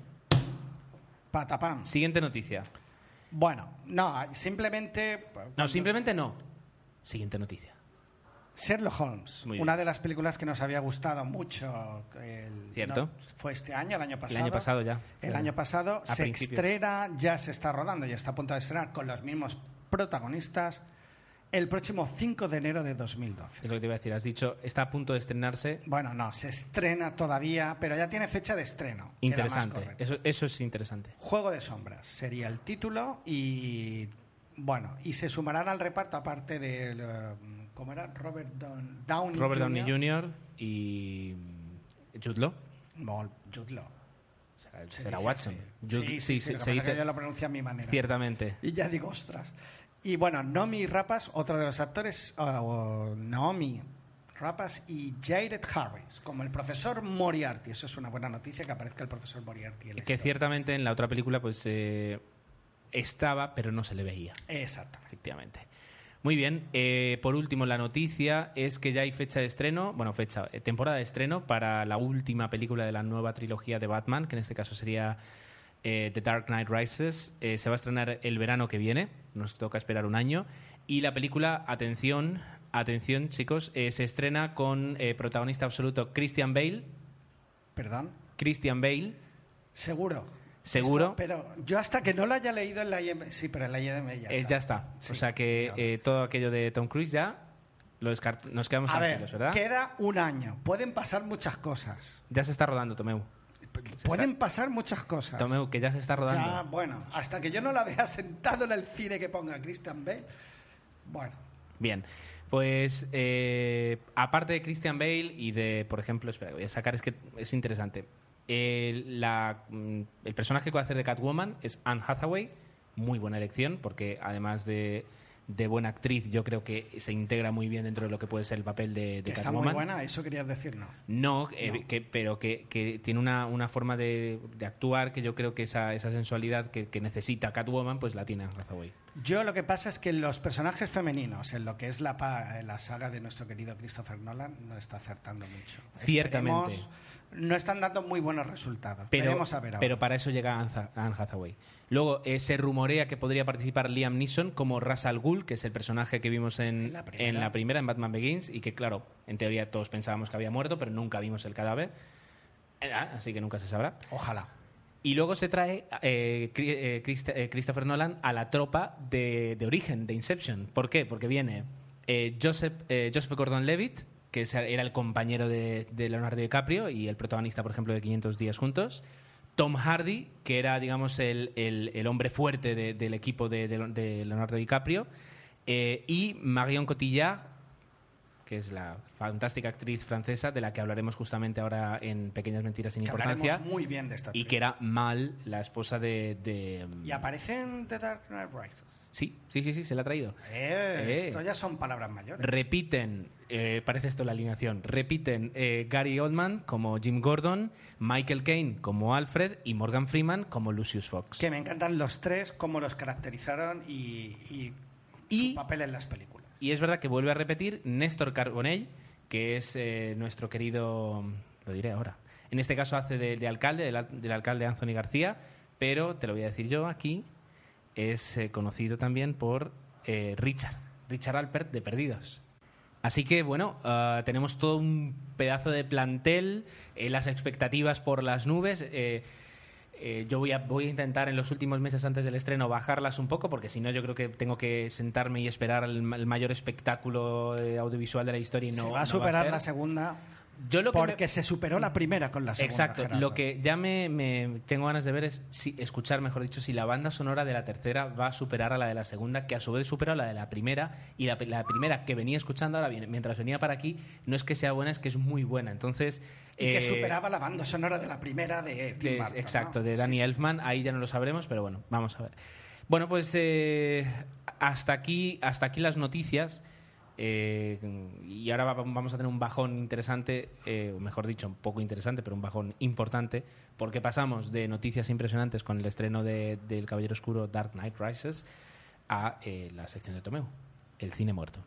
Patapam. Siguiente noticia. Bueno, no, simplemente... No, simplemente no. Siguiente noticia. Sherlock Holmes, Muy bien. una de las películas que nos había gustado mucho. El, Cierto. no, fue este año, el año El pasado. año pasado ya. El año pasado A se principios. estrena, ya se está rodando, ya está a punto de estrenar con los mismos protagonistas el próximo cinco de enero de dos mil doce. Es lo que te iba a decir. Has dicho, está a punto de estrenarse. Bueno, no, se estrena todavía, pero ya tiene fecha de estreno. Queda más Interesante. correcto. Eso, eso es interesante. Juego de sombras sería el título y bueno, y se sumarán al reparto aparte del eh, ¿cómo era? Robert Don- Downey Robert junior Downey junior y Jude Law. No, Jude Law. Será, Se será dice Watson. así. Jude- sí, sí, sí, sí, se, lo que se pasa es que dice yo lo pronuncio a mi manera. ciertamente. Y ya digo, ostras. Y bueno, Naomi Rapace, otro de los actores, uh, Naomi Rapace y Jared Harris, como el profesor Moriarty. Eso es una buena noticia, que aparezca el profesor Moriarty. En la Que historia. ciertamente en la otra película pues eh, estaba, pero no se le veía. Exacto. Efectivamente. Muy bien. Eh, por último, la noticia es que ya hay fecha de estreno, bueno, fecha, eh, temporada de estreno para la última película de la nueva trilogía de Batman, que en este caso sería eh, The Dark Knight Rises. Eh, se va a estrenar el verano que viene, nos toca esperar un año. Y la película, atención, atención chicos, eh, se estrena con eh, protagonista absoluto Christian Bale. ¿Perdón? Christian Bale. Seguro. Seguro. Esto, pero yo hasta que no lo haya leído en la I M... Sí, pero en la I M ya, Eh, está. ya está. Sí, o sea que claro. eh, todo aquello de Tom Cruise ya lo descart- nos quedamos A tranquilos, ver, ¿verdad? queda un año. Pueden pasar muchas cosas. Ya se está rodando, Tomeu. Pueden pasar muchas cosas. Tomeu, que ya se está rodando. Ya, bueno, hasta que yo no la vea sentado en el cine que ponga Christian Bale. Bueno, Bien. Pues eh, aparte de Christian Bale y de, por ejemplo, espera, voy a sacar, es que es interesante. El, la, mm, el personaje que va a hacer de Catwoman es Anne Hathaway. Muy buena elección, porque además de, de buena actriz, yo creo que se integra muy bien dentro de lo que puede ser el papel de, de que está Catwoman. muy buena, eso querías decir, ¿no? No, eh, No. Que, pero que, que tiene una, una forma de, de actuar que yo creo que esa, esa sensualidad que, que necesita Catwoman, pues la tiene Anne Hathaway. Yo lo que pasa es que los personajes femeninos, en lo que es la, pa- la saga de nuestro querido Christopher Nolan, no está acertando mucho. Ciertamente. Esperemos- no están dando muy buenos resultados. Pero, Veremos a ver ahora. pero para eso llega Anne Za- Anne Hathaway. Luego eh, se rumorea que podría participar Liam Neeson como Ra's al Ghul, que es el personaje que vimos en, En la primera. en la primera, en Batman Begins, y que, claro, en teoría todos pensábamos que había muerto, pero nunca vimos el cadáver. Eh, ah, así que nunca se sabrá. Ojalá. Y luego se trae eh, Cri- eh, Christ- eh, Christopher Nolan a la tropa de, de origen, de Inception. ¿Por qué? Porque viene eh, Joseph, eh, Joseph Gordon-Levitt, que es- era el compañero de, de Leonardo DiCaprio y el protagonista, por ejemplo, de quinientos días juntos. Tom Hardy, que era, digamos, el, el- el hombre fuerte de- del equipo de, de- de Leonardo DiCaprio. Eh, y Marion Cotillard, que es la fantástica actriz francesa de la que hablaremos justamente ahora en Pequeñas Mentiras sin Que Importancia. hablaremos muy bien de esta Y película. que era Mal, la esposa de... de, um, Y aparece en The Dark Knight Rises. Sí, sí, sí, sí, se la ha traído. Eh, Eh. Esto ya son palabras mayores. Repiten, eh, parece esto la alineación, repiten eh, Gary Oldman como Jim Gordon, Michael Caine como Alfred y Morgan Freeman como Lucius Fox. Que me encantan los tres, cómo los caracterizaron y, y, Y- su papel en las películas. Y es verdad que vuelve a repetir Néstor Carbonell, que es eh, nuestro querido... Lo diré ahora. En este caso hace de, de alcalde, del, al- del alcalde Anthony García, pero te lo voy a decir yo aquí, es eh, conocido también por eh, Richard, Richard Alpert de Perdidos. Así que, bueno, uh, tenemos todo un pedazo de plantel, eh, las expectativas por las nubes. Eh, eh, yo voy a, voy a intentar en los últimos meses antes del estreno bajarlas un poco, porque si no yo creo que tengo que sentarme y esperar el, el mayor espectáculo eh, audiovisual de la historia y no se va a no superar va a la segunda. Yo lo que porque me... se superó la primera con la segunda. Exacto. Gerardo. Lo que ya me, me tengo ganas de ver es si, escuchar, mejor dicho, si la banda sonora de la tercera va a superar a la de la segunda, que a su vez superó a la de la primera, y la, la primera que venía escuchando ahora, mientras venía para aquí, no es que sea buena, es que es muy buena. Entonces... Y que eh, superaba la banda sonora de la primera de Tim de, Burton, exacto, ¿no? de Danny sí, sí. Elfman. Ahí ya no lo sabremos, pero bueno, vamos a ver. Bueno, pues eh, hasta aquí, hasta aquí las noticias. Eh, y ahora vamos a tener un bajón interesante, eh, o mejor dicho, un poco interesante, pero un bajón importante, porque pasamos de noticias impresionantes con el estreno de, del Caballero Oscuro Dark Knight Rises a eh, la sección de Tomeu, el cine muerto.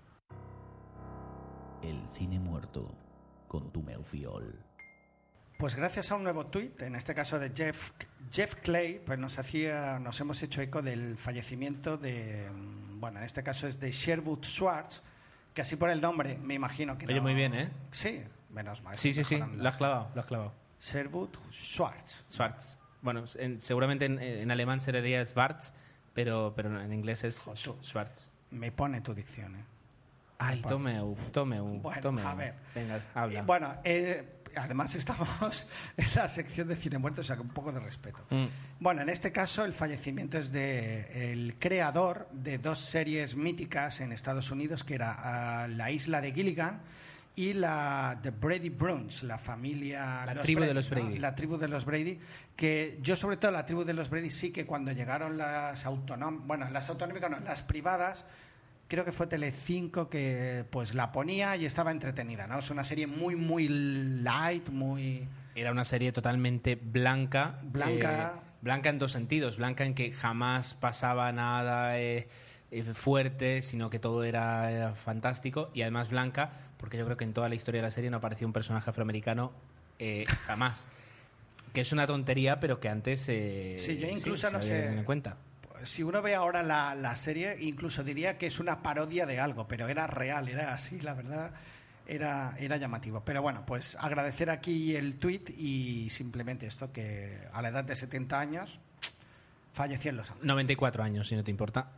El cine muerto con Tomeu Fiol. Pues gracias a un nuevo tuit, en este caso de Jeff, Jeff Clay, pues nos hacía, nos hemos hecho eco del fallecimiento de, bueno, en este caso es de Sherwood Schwartz, que así por el nombre me imagino que Oye, no... muy bien, ¿eh? Sí, menos mal. Sí, sí, sí, lo has clavado, lo has clavado. Sherwood Schwartz. Schwartz. Bueno, en, seguramente en, en alemán sería Schwarz, pero, pero en inglés es Joder. Schwartz. Me pone tu dicción, ¿eh? Ay, Tomeu, Tomeu, Bueno, Tomeu. a ver. Venga, habla. Y bueno, eh, además estamos en la sección de cine muerto, o sea que un poco de respeto. Mm. Bueno, en este caso el fallecimiento es de el creador de dos series míticas en Estados Unidos, que era uh, La Isla de Gilligan y la The Brady Bunch, la familia... La los tribu Brady, de los ¿no? Brady. La tribu de los Brady, que yo sobre todo la tribu de los Brady sí que cuando llegaron las autonómicas, bueno, las autonómicas no, las privadas... Creo que fue Telecinco que pues la ponía y estaba entretenida, ¿no? Es una serie muy, muy light, muy... Era una serie totalmente blanca. Blanca. Eh, blanca en dos sentidos. Blanca en que jamás pasaba nada eh, eh, fuerte, sino que todo era, era fantástico. Y además blanca, porque yo creo que en toda la historia de la serie no apareció un personaje afroamericano eh, jamás. Que es una tontería, pero que antes... Eh, sí, yo incluso sí, no se había sé... tenido en cuenta. Si uno ve ahora la, la serie, incluso diría que es una parodia de algo, pero era real, era así, la verdad, era, era llamativo. Pero bueno, pues agradecer aquí el tuit y simplemente esto, que a la edad de setenta años falleció en Los Ángeles. noventa y cuatro años, si no te importa.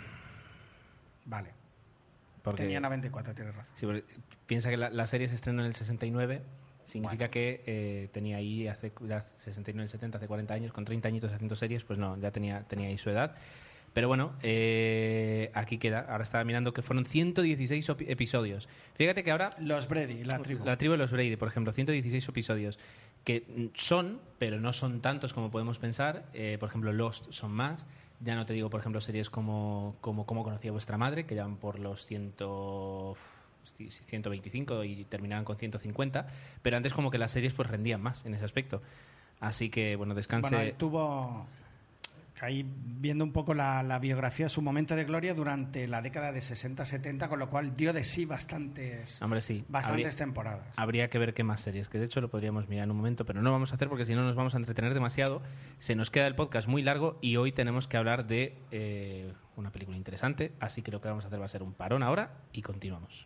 Vale. Porque, Tenía noventa y cuatro, tienes razón. sí, porque piensa que la, la serie se estrenó en el sesenta y nueve. Significa bueno. que eh, tenía ahí hace ya sesenta y nueve, setenta, hace cuarenta años, con treinta añitos haciendo series, pues no, ya tenía, tenía ahí su edad. Pero bueno, eh, aquí queda. Ahora estaba mirando que fueron ciento dieciséis episodios. Fíjate que ahora... Los Brady, la tribu. La tribu de los Brady, por ejemplo, ciento dieciséis episodios. Que son, pero no son tantos como podemos pensar. Eh, por ejemplo, Lost son más. Ya no te digo, por ejemplo, series como como Cómo conocía vuestra madre, que ya van por los ciento... ciento veinticinco y terminaban con ciento cincuenta, pero antes como que las series pues rendían más en ese aspecto. Así que, bueno, descanse. Bueno, él tuvo, ahí viendo un poco la, la biografía, su momento de gloria durante la década de sesenta setenta, con lo cual dio de sí bastantes, Hombre, sí. bastantes habría, temporadas. Habría que ver qué más series, que de hecho lo podríamos mirar en un momento, pero no lo vamos a hacer porque si no nos vamos a entretener demasiado. Se nos queda el podcast muy largo y hoy tenemos que hablar de eh, una película interesante, así que lo que vamos a hacer va a ser un parón ahora y continuamos.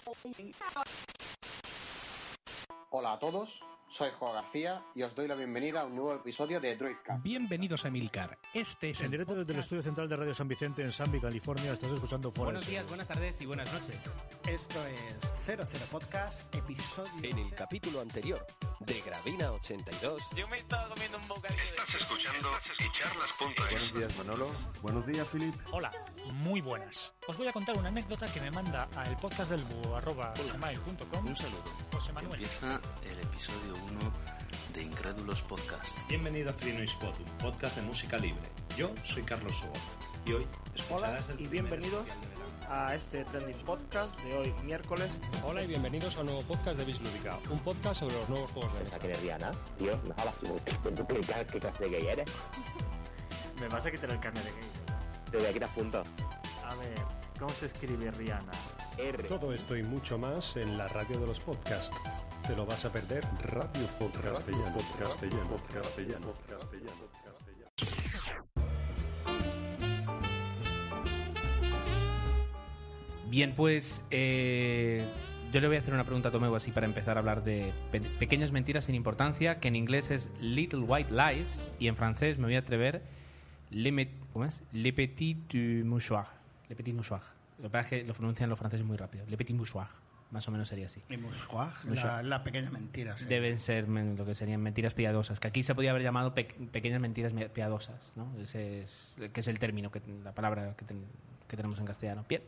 Hola a todos, soy Juan García y os doy la bienvenida a un nuevo episodio de Droidcast. Bienvenidos a Emilcar. Este es en el directo podcast... desde el estudio central de Radio San Vicente en Sanby, California. Estás escuchando Fuera. Buenos días, buenas tardes y buenas noches. Esto es cero cero Podcast, episodio... En el capítulo anterior de Gravina ochenta y dos... Yo me estaba comiendo un bocadillo. Estás escuchando Charlas punto es. Buenos días, Manolo. Buenos días, Filip. Hola, muy buenas. Os voy a contar una anécdota que me manda a el podcast del búho arroba gmail punto com. Un saludo. José Manuel. Empieza el episodio uno de Incrédulos Podcast. Bienvenido a Free Noise Pod, un podcast de música libre. Yo soy Carlos Sobo y hoy escucharás el y bienvenidos a este Trending Podcast de hoy, miércoles. Hola y bienvenidos a un nuevo podcast de Bislúdica, un podcast sobre los nuevos juegos de mesa. ¿Qué Rihanna? Tío, no hablas ¿qué clase de gay eres? Me vas a quitar el carnet de gay. Te voy a quitar puntos. A ver, ¿cómo se escribe Rihanna? R. Todo esto y mucho más en la radio de los podcasts. Te lo vas a perder. Radio Podcast Castellano, Castellano, Castellano, Castellano, Castellano. Bien, pues eh, yo le voy a hacer una pregunta a Tomeu así para empezar a hablar de pe pequeñas mentiras sin importancia, que en inglés es Little White Lies, y en francés me voy a atrever Le, ¿cómo es? Le Petit Mouchoir. Le Petit Mouchoir. Lo que pasa es que lo pronuncian los franceses muy rápido. Le Petit Mouchoir. Más o menos sería así. Y mouchoir, la, la pequeña mentira. Sí. Deben ser lo que serían mentiras piadosas, que aquí se podría haber llamado pe pequeñas mentiras piadosas, ¿no? Ese es, que es el término, que, la palabra que, ten, que tenemos en castellano. Bien.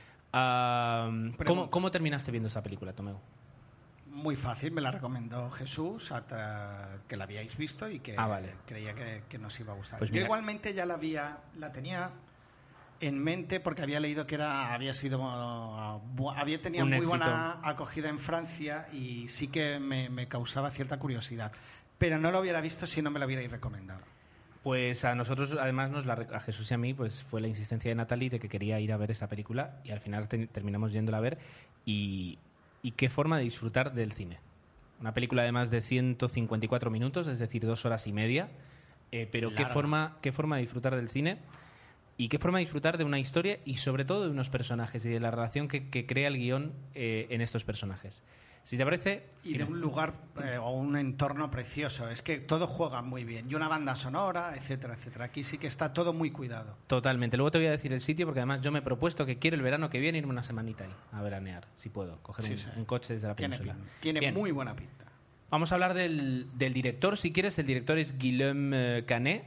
Uh, ¿cómo, ¿Cómo terminaste viendo esta película, Tomeu? Muy fácil, me la recomendó Jesús, que la habíais visto y que ah, vale. creía que, que nos iba a gustar. Pues Yo igualmente ya la había, la tenía en mente porque había leído que era había sido había tenido muy éxito. Buena acogida en Francia y sí que me, me causaba cierta curiosidad, pero no lo hubiera visto si no me lo hubierais recomendado. Pues a nosotros, además, nos la, a Jesús y a mí, pues fue la insistencia de Natalie de que quería ir a ver esa película y al final te, terminamos yéndola a ver y, y qué forma de disfrutar del cine. Una película de más de ciento cincuenta y cuatro minutos, es decir, dos horas y media, eh, pero qué forma, qué forma de disfrutar del cine. Y qué forma de disfrutar de una historia y sobre todo de unos personajes y de la relación que, que crea el guión eh, en estos personajes. Si te parece... Y de un lugar eh, o un entorno precioso. Es que todo juega muy bien. Y una banda sonora, etcétera, etcétera. Aquí sí que está todo muy cuidado. Totalmente. Luego te voy a decir el sitio porque además yo me he propuesto que quiero el verano que viene irme una semanita ahí a veranear, si puedo. Coger sí, un, sí. un coche desde la tiene península. Pin, tiene bien. Muy buena pinta. Vamos a hablar del, del director, si quieres. El director es Guillaume Canet.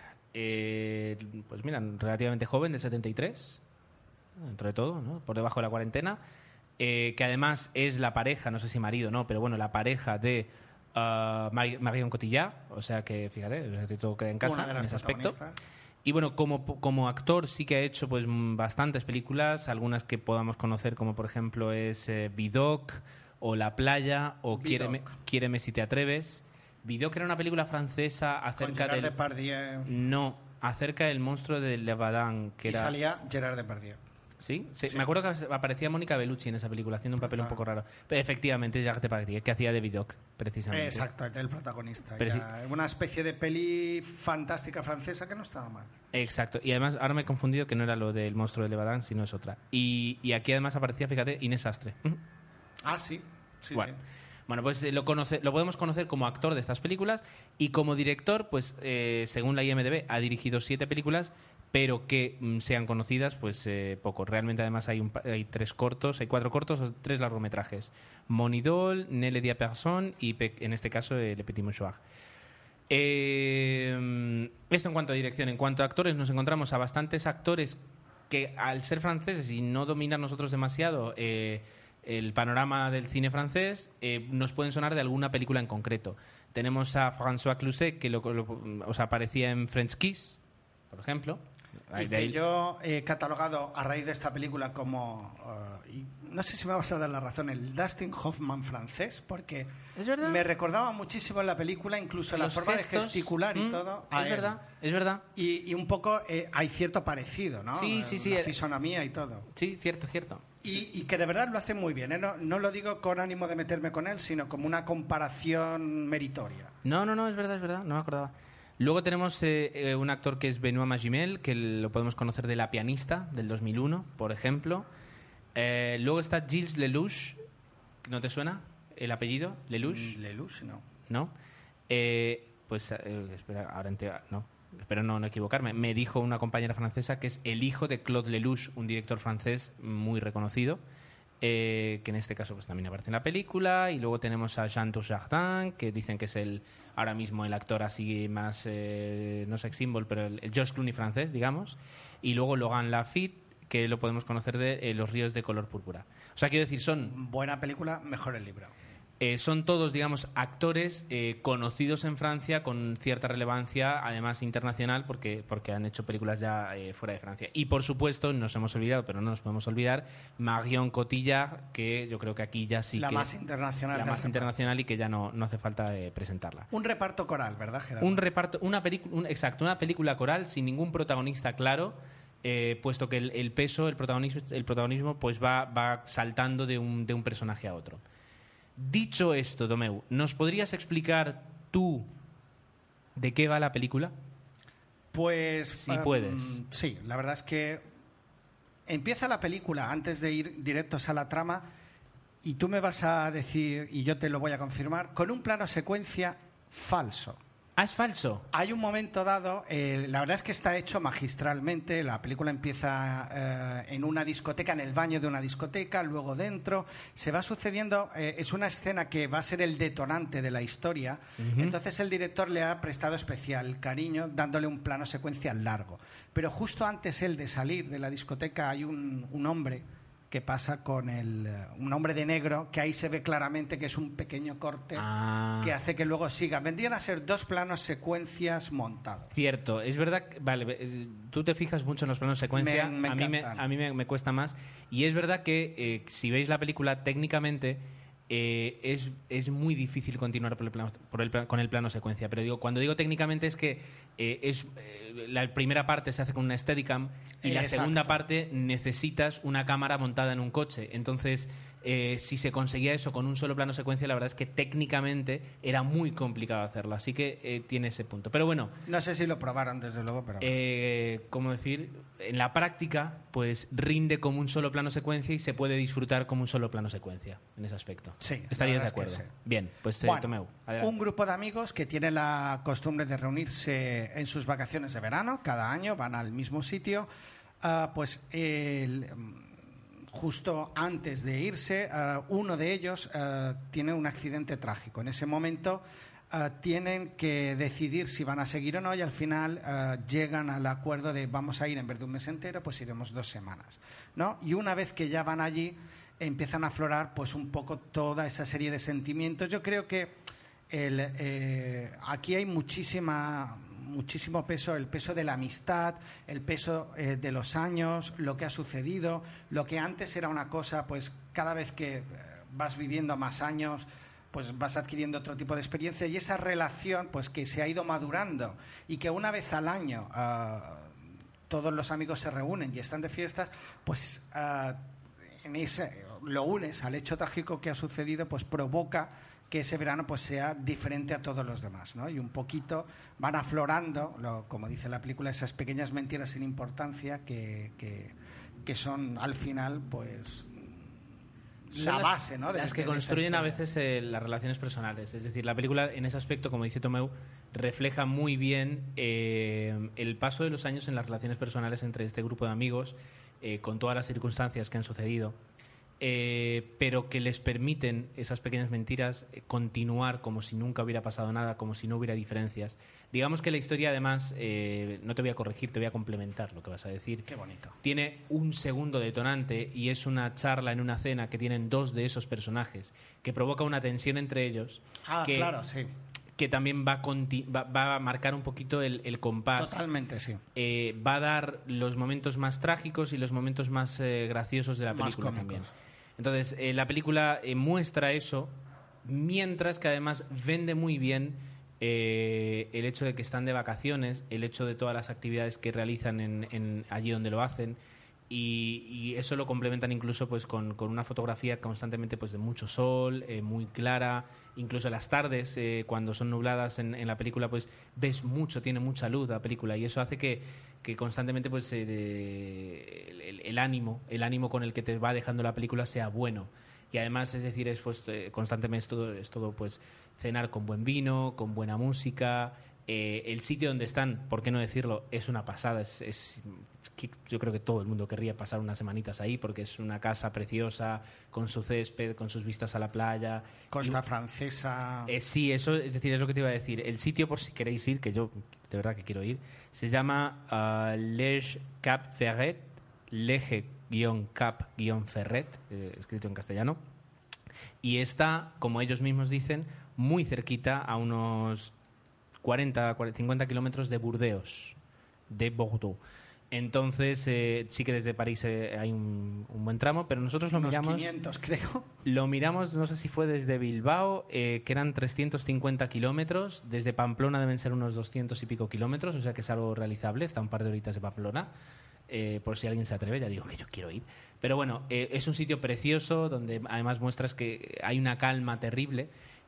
Eh, pues mira, relativamente joven, del setenta y tres, dentro de todo, ¿no? Por debajo de la cuarentena, eh, que además es la pareja, no sé si marido, no, pero bueno, la pareja de uh, Mar Marion Cotillard, o sea que, fíjate, es decir, todo queda en casa en ese aspecto. Y bueno, como, como actor sí que ha hecho pues bastantes películas, algunas que podamos conocer, como por ejemplo es eh, Vidocq, o La playa, o Quiéreme, Quiéreme si te atreves. Vidocq era una película francesa acerca del... de Depardieu. No, acerca del monstruo de Levadan, que y era... salía Gerard Depardieu. ¿Sí? ¿Sí? Sí. Me acuerdo que aparecía Mónica Bellucci en esa película haciendo un papel ah. un poco raro. Pero efectivamente, Gerard Depardieu, que hacía de Vidocq, precisamente. Exacto, el protagonista. Preci una especie de peli fantástica francesa que no estaba mal. Exacto. Y además, ahora me he confundido que no era lo del monstruo de Levadan, sino es otra. Y, y aquí además aparecía, fíjate, Inés Astre. Ah, sí. Sí, bueno. sí. Bueno, pues eh, lo, conoce, lo podemos conocer como actor de estas películas y como director, pues eh, según la I M D B, ha dirigido siete películas, pero que mm, sean conocidas, pues eh, poco. Realmente, además, hay, un, hay tres cortos, hay cuatro cortos o tres largometrajes. Monidol, Ne le dis à personne y, en este caso, eh, Le Petit Mouchoir. Eh, esto en cuanto a dirección. En cuanto a actores, nos encontramos a bastantes actores que, al ser franceses y no dominar nosotros demasiado... Eh, el panorama del cine francés, eh, nos pueden sonar de alguna película en concreto. Tenemos a François Cluzet, que lo, lo, o sea, aparecía en French Kiss, por ejemplo. Y que yo he catalogado a raíz de esta película como, uh, y no sé si me vas a dar la razón, el Dustin Hoffman francés, porque ¿Es verdad? me recordaba muchísimo en la película, incluso la forma gestos, de gesticular y mm, todo. Es verdad, es verdad. Y, y un poco eh, hay cierto parecido, ¿no? Sí, sí, sí. La fisonomía y todo. Sí, cierto, cierto. Y, y que de verdad lo hace muy bien, ¿eh? No, no lo digo con ánimo de meterme con él, sino como una comparación meritoria. No, no, no, es verdad, es verdad, no me acordaba. Luego tenemos eh, eh, un actor que es Benoît Magimel, que lo podemos conocer de La pianista, del dos mil uno, por ejemplo. Eh, luego está Gilles Lelouch, ¿no te suena el apellido? Lelouch. Lelouch, no. ¿No? Eh, pues, eh, espera, ahora ente- no, espero no, no equivocarme. Me dijo una compañera francesa que es el hijo de Claude Lelouch, un director francés muy reconocido. Eh, que en este caso pues también aparece en la película. Y luego tenemos a Jean Dujardin, que dicen que es el ahora mismo el actor así más eh, no sex symbol, pero el, el George Clooney francés, digamos. Y luego Logan Lafitte, que lo podemos conocer de eh, Los ríos de color púrpura. O sea, quiero decir, son... Buena película, mejor el libro. Eh, son todos, digamos, actores eh, conocidos en Francia con cierta relevancia, además internacional, porque, porque han hecho películas ya eh, fuera de Francia. Y, por supuesto, nos hemos olvidado, pero no nos podemos olvidar, Marion Cotillard, que yo creo que aquí ya sí la que... La más internacional. La más internacional y que ya no, no hace falta eh, presentarla. Un reparto coral, ¿verdad, Gerardo? Un reparto, una película, un, exacto, una película coral sin ningún protagonista claro, eh, puesto que el, el peso, el protagonismo, el protagonismo pues va, va saltando de un, de un personaje a otro. Dicho esto, Tomeu, ¿nos podrías explicar tú de qué va la película? Pues... Si um, puedes. Sí, la verdad es que empieza la película, antes de ir directos a la trama, y tú me vas a decir, y yo te lo voy a confirmar, con un plano secuencia falso. Ah, es falso. Hay un momento dado, eh, la verdad es que está hecho magistralmente. La película empieza eh, en una discoteca, en el baño de una discoteca, luego dentro. Se va sucediendo, eh, es una escena que va a ser el detonante de la historia. Uh-huh. Entonces el director le ha prestado especial cariño, dándole un plano secuencia largo. Pero justo antes él de salir de la discoteca hay un, un hombre que pasa con el, un hombre de negro, que ahí se ve claramente que es un pequeño corte ah. que hace que luego siga. Vendrían a ser dos planos secuencias montados. Cierto, es verdad que, vale, es, tú te fijas mucho en los planos secuencia, me, me a mí, me, a mí me, me cuesta más, y es verdad que eh, si veis la película técnicamente eh, es, es muy difícil continuar por el plano, por el plan, con el plano secuencia, pero digo, cuando digo técnicamente es que eh, es eh, la primera parte se hace con una Steadicam y la Exacto. segunda parte necesitas una cámara montada en un coche. Entonces, eh, si se conseguía eso con un solo plano secuencia, la verdad es que técnicamente era muy complicado hacerlo. Así que eh, tiene ese punto. Pero bueno... No sé si lo probaron, desde luego, pero... Eh, ¿Cómo decir? En la práctica, pues rinde como un solo plano secuencia y se puede disfrutar como un solo plano secuencia en ese aspecto. Sí. ¿Estarías de acuerdo? Sí. Bien, pues eh, bueno, Tomeu, un grupo de amigos que tiene la costumbre de reunirse en sus vacaciones de verano, cada año van al mismo sitio, uh, pues el... justo antes de irse, uh, uno de ellos uh, tiene un accidente trágico. En ese momento uh, tienen que decidir si van a seguir o no y al final uh, llegan al acuerdo de vamos a ir en vez de un mes entero, pues iremos dos semanas, ¿no? Y una vez que ya van allí, empiezan a aflorar pues un poco toda esa serie de sentimientos. Yo creo que el, eh, aquí hay muchísima... muchísimo peso, el peso de la amistad, el peso eh, de los años, lo que ha sucedido, lo que antes era una cosa, pues cada vez que vas viviendo más años, pues vas adquiriendo otro tipo de experiencia y esa relación, pues que se ha ido madurando y que una vez al año uh, todos los amigos se reúnen y están de fiestas, pues uh, en ese, lo unes al hecho trágico que ha sucedido, pues provoca que ese verano pues sea diferente a todos los demás, ¿no? Y un poquito van aflorando, lo, como dice la película, esas pequeñas mentiras sin importancia que, que, que son al final pues la base, ¿no? De las que de construyen a veces eh, las relaciones personales. Es decir, la película en ese aspecto, como dice Tomeu, refleja muy bien eh, el paso de los años en las relaciones personales entre este grupo de amigos, eh, con todas las circunstancias que han sucedido. Eh, pero que les permiten esas pequeñas mentiras eh, continuar como si nunca hubiera pasado nada, como si no hubiera diferencias. Digamos que la historia, además, eh, no te voy a corregir, te voy a complementar lo que vas a decir. Qué bonito. Tiene un segundo detonante y es una charla en una cena que tienen dos de esos personajes, que provoca una tensión entre ellos. Ah, que, claro, sí. Que también va a, conti- va, va a marcar un poquito el, el compás. Totalmente, sí. Eh, va a dar los momentos más trágicos y los momentos más eh, graciosos de la película también. Entonces, eh, la película eh, muestra eso, mientras que además vende muy bien eh, el hecho de que están de vacaciones, el hecho de todas las actividades que realizan en, en allí donde lo hacen, y, y eso lo complementan incluso pues con, con una fotografía constantemente pues de mucho sol, eh, muy clara. Incluso las tardes, eh, cuando son nubladas en, en la película, pues ves mucho, tiene mucha luz la película, y eso hace que, que constantemente pues eh, de, el, el ánimo, el ánimo con el que te va dejando la película sea bueno. Y además, es decir, es pues eh, constantemente es todo, es todo pues cenar con buen vino, con buena música. Eh, el sitio donde están, por qué no decirlo, es una pasada. Es, es, yo creo que todo el mundo querría pasar unas semanitas ahí porque es una casa preciosa, con su césped, con sus vistas a la playa. Costa y, francesa. Eh, sí, eso es decir, es lo que te iba a decir. El sitio, por si queréis ir, que yo de verdad que quiero ir, se llama uh, Lege Cap Ferret, Lege-Cap-Ferret, eh, escrito en castellano. Y está, como ellos mismos dicen, muy cerquita, a unos cuarenta, cincuenta kilómetros de Burdeos, de Bordeaux. Entonces, eh, sí que desde París eh, hay un, un buen tramo, pero nosotros lo unos miramos... quinientos, creo. Lo miramos, no sé si fue desde Bilbao, eh, que eran trescientos cincuenta kilómetros. Desde Pamplona deben ser unos doscientos y pico kilómetros, o sea que es algo realizable. Está a un par de horitas de Pamplona. Eh, por si alguien se atreve, ya digo que yo quiero ir. Pero bueno, eh, es un sitio precioso donde además muestras que hay una calma terrible.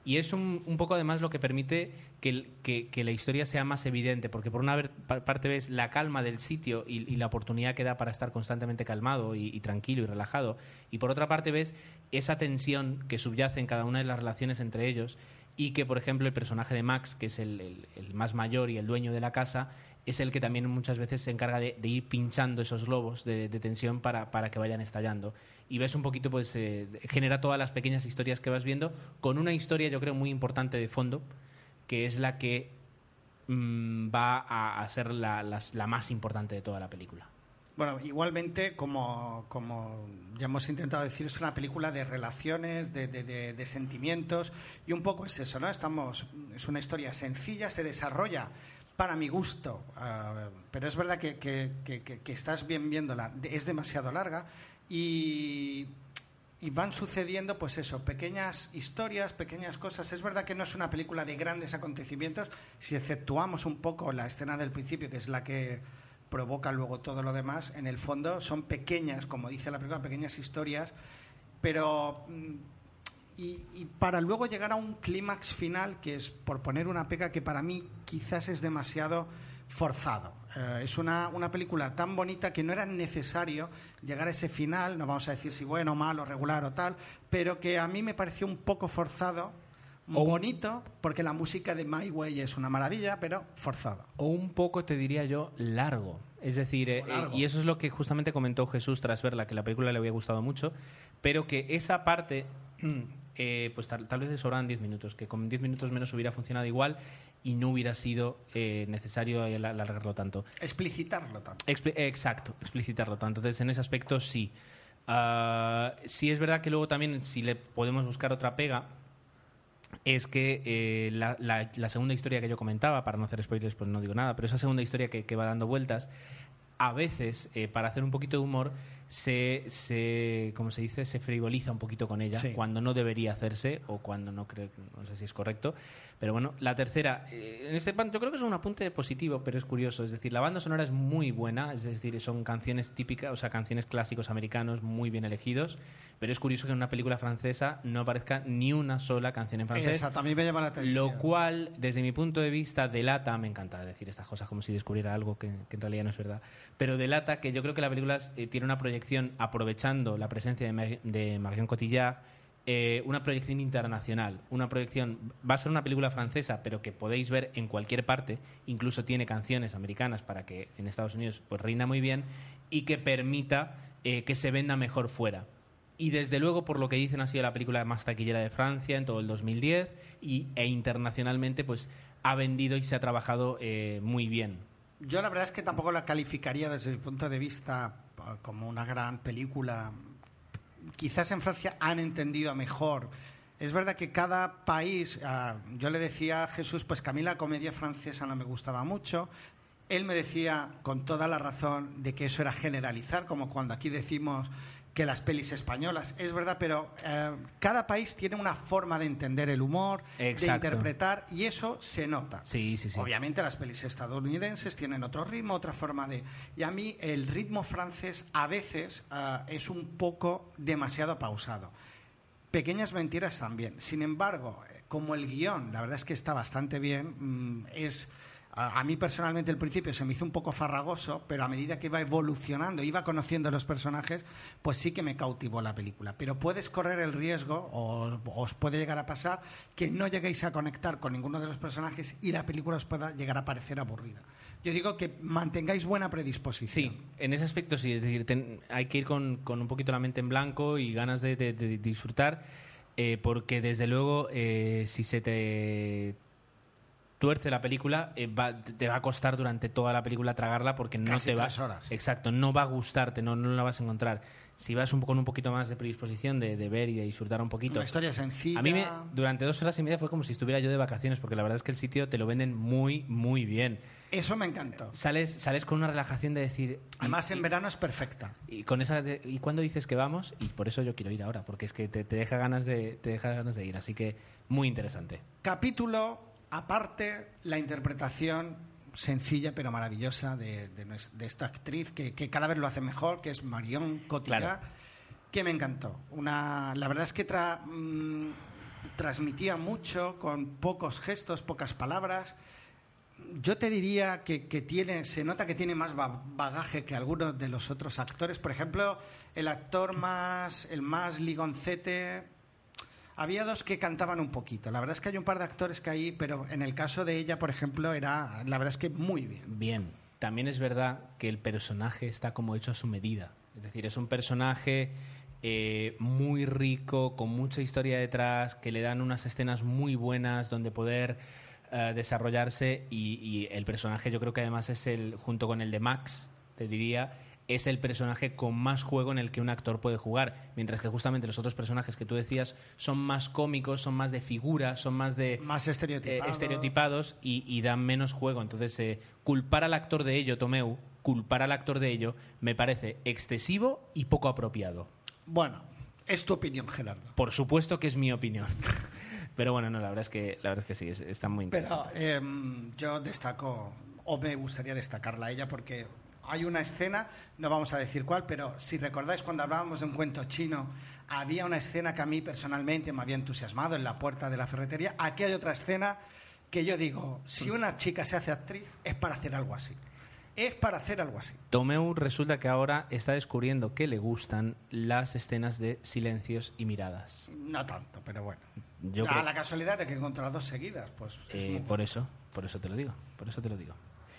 Y es un, un poco además lo que permite que, que, que la historia sea más evidente, porque por una parte ves la calma del sitio y, y la oportunidad que da para estar constantemente calmado y, y tranquilo y relajado, y por otra parte ves esa tensión que subyace en cada una de las relaciones entre ellos, y que, por ejemplo, el personaje de Max, que es el, el, el más mayor y el dueño de la casa, es el que también muchas veces se encarga de, de ir pinchando esos globos de, de tensión para, para que vayan estallando. Y ves un poquito, pues eh, genera todas las pequeñas historias que vas viendo, con una historia, yo creo, muy importante de fondo, que es la que mmm, va a, a ser la, la, la más importante de toda la película. Bueno, igualmente, como, como ya hemos intentado decir, es una película de relaciones, de, de, de, de sentimientos, y un poco es eso, ¿no? Estamos, es una historia sencilla, se desarrolla para mi gusto, uh, pero es verdad que, que, que, que estás bien viéndola, es demasiado larga, y, y van sucediendo, pues eso, pequeñas historias, pequeñas cosas. Es verdad que no es una película de grandes acontecimientos, si exceptuamos un poco la escena del principio, que es la que provoca luego todo lo demás. En el fondo son pequeñas, como dice la película, pequeñas historias, pero y, y para luego llegar a un clímax final que es, por poner una pega, que para mí quizás es demasiado forzado. Eh, es una, una película tan bonita que no era necesario llegar a ese final, no vamos a decir si bueno, malo, regular o tal, pero que a mí me pareció un poco forzado, o bonito, porque la música de My Way es una maravilla, pero forzado. O un poco, te diría yo, largo. Es decir, eh, eh, y eso es lo que justamente comentó Jesús tras verla, que la película le había gustado mucho, pero que esa parte, eh, pues tal, tal vez le sobraban diez minutos, que con diez minutos menos hubiera funcionado igual y no hubiera sido eh, necesario alargarlo tanto. Explicitarlo tanto. Expli- exacto, explicitarlo tanto. Entonces, en ese aspecto, sí. Uh, sí es verdad que luego también, si le podemos buscar otra pega, es que eh, la, la, la segunda historia que yo comentaba, para no hacer spoilers pues no digo nada, pero esa segunda historia que, que va dando vueltas, a veces, eh, para hacer un poquito de humor, se, se, ¿cómo se dice? Se frivoliza un poquito con ella, sí, cuando no debería hacerse o cuando no creo, no sé si es correcto. Pero bueno, la tercera, eh, en este pan, yo creo que es un apunte positivo, pero es curioso. Es decir, la banda sonora es muy buena, es decir, son canciones típicas, o sea, canciones clásicos americanos muy bien elegidos, pero es curioso que en una película francesa no aparezca ni una sola canción en francés. Esa también me llama la atención. Lo cual, desde mi punto de vista, delata, me encanta decir estas cosas como si descubriera algo que, que en realidad no es verdad, pero delata que yo creo que la película eh, tiene una proyección, aprovechando la presencia de, Mar- de Marion Cotillard, eh, una proyección internacional, una proyección, va a ser una película francesa, pero que podéis ver en cualquier parte, incluso tiene canciones americanas para que en Estados Unidos pues rinda muy bien y que permita eh, que se venda mejor fuera. Y desde luego, por lo que dicen, ha sido la película más taquillera de Francia en todo el dos mil diez y, e internacionalmente pues ha vendido y se ha trabajado eh, muy bien. Yo la verdad es que tampoco la calificaría desde mi punto de vista como una gran película. Quizás en Francia han entendido mejor. Es verdad que cada país, uh, yo le decía a Jesús, pues que a mí la comedia francesa no me gustaba mucho. Él me decía con toda la razón de que eso era generalizar, como cuando aquí decimos que las pelis españolas. Es verdad, pero eh, cada país tiene una forma de entender el humor, exacto, de interpretar, y eso se nota. Sí, sí, sí. Obviamente las pelis estadounidenses tienen otro ritmo, otra forma de... Y a mí el ritmo francés a veces uh, es un poco demasiado pausado. Pequeñas mentiras también. Sin embargo, como el guión, la verdad es que está bastante bien, mmm, es... A mí personalmente al principio se me hizo un poco farragoso, pero a medida que iba evolucionando, iba conociendo los personajes, pues sí que me cautivó la película. Pero puedes correr el riesgo, o os puede llegar a pasar, que no lleguéis a conectar con ninguno de los personajes y la película os pueda llegar a parecer aburrida. Yo digo que mantengáis buena predisposición. Sí, en ese aspecto sí, es decir, ten, hay que ir con, con un poquito la mente en blanco y ganas de, de, de disfrutar, eh, porque desde luego eh, si se te... tuerce la película, eh, va, te va a costar durante toda la película tragarla porque no Casi te va tres horas. Exacto, no va a gustarte, no, no la vas a encontrar. Si vas un poco, con un poquito más de predisposición de, de ver y de disfrutar un poquito. Una historia sencilla. A mí me, durante dos horas y media fue como si estuviera yo de vacaciones, porque la verdad es que el sitio te lo venden muy, muy bien. Eso me encantó. Sales, sales con una relajación de decir... Además, y, en y, verano es perfecta. Y con esa de, ¿y cuándo dices que vamos? Y por eso yo quiero ir ahora, porque es que te, te deja ganas de, te deja ganas de ir. Así que muy interesante. Capítulo... Aparte, la interpretación sencilla pero maravillosa de, de, de esta actriz que, que cada vez lo hace mejor, que es Marion Cotillard, claro, que me encantó. Una, la verdad es que tra, mmm, transmitía mucho, con pocos gestos, pocas palabras. Yo te diría que, que tiene, se nota que tiene más bagaje que algunos de los otros actores. Por ejemplo, el actor más, el más ligoncete, había dos que cantaban un poquito. La verdad es que hay un par de actores que hay, pero en el caso de ella, por ejemplo, era, la verdad es que muy bien. Bien. También es verdad que el personaje está como hecho a su medida. Es decir, es un personaje eh, muy rico, con mucha historia detrás, que le dan unas escenas muy buenas donde poder uh, desarrollarse y, y el personaje yo creo que además es el, junto con el de Max, te diría, es el personaje con más juego en el que un actor puede jugar, mientras que justamente los otros personajes que tú decías son más cómicos, son más de figura, son más de más estereotipados, eh, estereotipados y, y dan menos juego. Entonces, eh, culpar al actor de ello, Tomeu, culpar al actor de ello, me parece excesivo y poco apropiado. Bueno, es tu opinión, Gerardo. Por supuesto que es mi opinión. Pero bueno, no, la verdad es que, la verdad es que sí, es, está muy interesante. Pero eh, yo destaco, o me gustaría destacarla a ella, porque hay una escena, no vamos a decir cuál, pero si recordáis cuando hablábamos de un cuento chino, había una escena que a mí personalmente me había entusiasmado en la puerta de la ferretería. Aquí hay otra escena que yo digo, si una chica se hace actriz es para hacer algo así. Es para hacer algo así. Tomeu resulta que ahora está descubriendo que le gustan las escenas de silencios y miradas. No tanto, pero bueno. Yo a creo... la casualidad de que encontró dos seguidas, pues es eh, muy por eso, por eso te lo digo, por eso te lo digo.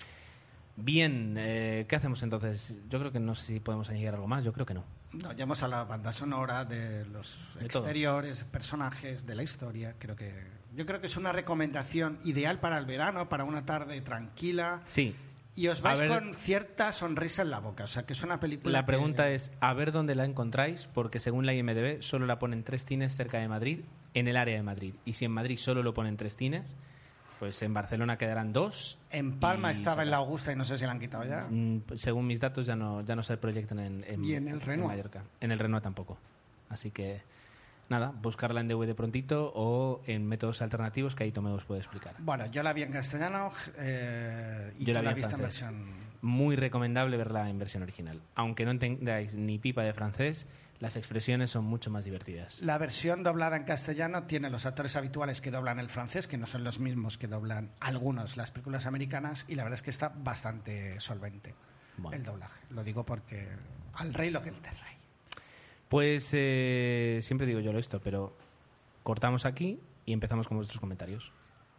Bien, eh, ¿qué hacemos entonces? Yo creo que no sé si podemos añadir algo más, yo creo que no. No, ya hemos hablado de banda sonora, de los de exteriores, todo. Personajes, de la historia. Creo que yo creo que es una recomendación ideal para el verano, para una tarde tranquila. Sí. Y os vais ver, con cierta sonrisa en la boca. O sea, que es una película. La pregunta que... es: a ver dónde la encontráis, porque según la I M D B solo la ponen tres cines cerca de Madrid, en el área de Madrid. Y si en Madrid solo lo ponen tres cines, pues en Barcelona quedarán dos. En Palma estaba en la Augusta y no sé si la han quitado ya. Según mis datos ya no, ya no se proyectan en, en, y en el Renoir. En Mallorca. En el Renoir tampoco. Así que nada, buscarla en D V D prontito o en métodos alternativos que ahí Tomeu os puede explicar. Bueno, yo la vi en castellano eh, y yo la vi la en viste en francés. versión... Muy recomendable verla en versión original. Aunque no entendáis ni pipa de francés, las expresiones son mucho más divertidas. La versión doblada en castellano tiene los actores habituales que doblan el francés, que no son los mismos que doblan algunos las películas americanas, y la verdad es que está bastante solvente bueno. el doblaje. Lo digo porque al rey lo que el te rey. Pues eh, siempre digo yo lo esto, pero cortamos aquí y empezamos con vuestros comentarios.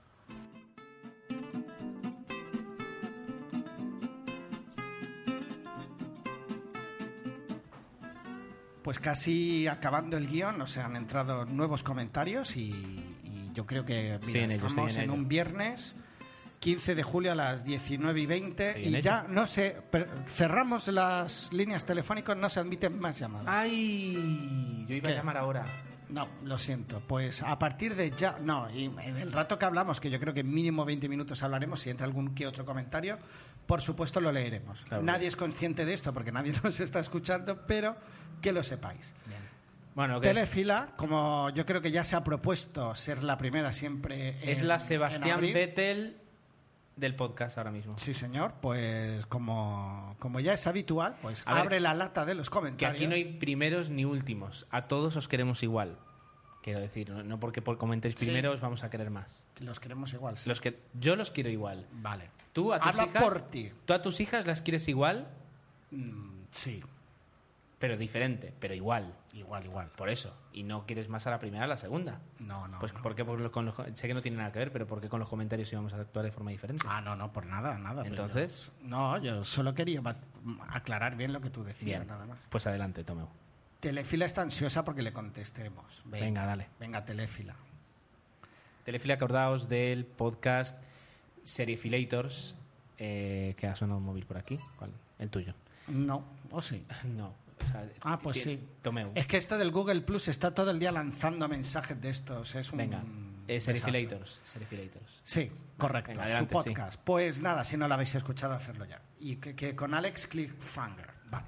Pues casi acabando el guión, o sea, han entrado nuevos comentarios y, y yo creo que mira, en estamos ello, en, en un viernes quince de julio a las diecinueve y veinte y ya, no sé, cerramos las líneas telefónicas, no se admiten más llamadas. ¡Ay! Yo iba ¿Qué? a llamar ahora. No, lo siento. Pues a partir de ya... No, y en el rato que hablamos, que yo creo que mínimo veinte minutos hablaremos, si entra algún que otro comentario, por supuesto lo leeremos. Claro. Nadie es consciente de esto porque nadie nos está escuchando, pero que lo sepáis. Bien. Bueno, okay. Telefila, como yo creo que ya se ha propuesto ser la primera siempre... En, es la Sebastián Vettel del podcast ahora mismo. Sí, señor. Pues como, como ya es habitual, pues a abre ver, la lata de los comentarios. Que aquí no hay primeros ni últimos. A todos os queremos igual. Quiero decir, no, no porque por comentéis primero sí. os vamos a querer más. Los queremos igual, sí. Los que, yo los quiero igual. Vale. ¿Tú a tus Habla hijas, por ti. ¿Tú a tus hijas las quieres igual? Mm, sí. Pero diferente, pero igual. Igual, igual. Por eso. Y no quieres más a la primera a la segunda. No, no. Pues no. ¿por qué? Porque con los, sé que no tiene nada que ver, pero ¿por qué con los comentarios íbamos a actuar de forma diferente? Ah, no, no, por nada, nada. Entonces... Yo, no, yo solo quería aclarar bien lo que tú decías, bien. Nada más. Pues adelante, Tomeu. Telefila está ansiosa porque le contestemos. Venga, venga dale. Venga, Telefila. Telefila, acordaos del podcast Seriefilators, eh, que ha sonado un móvil por aquí. ¿Cuál? El tuyo. No, o sí. No. O sea, ah, pues sí. Tomeu. Es que esto del Google Plus está todo el día lanzando mensajes de estos. Es un Venga, eh, Seriefilators. Seriefilators. Sí, correcto. Venga, adelante, su podcast. Sí. Pues nada, si no lo habéis escuchado, hacerlo ya. Y que, que con Alex Cliffhanger. Vale.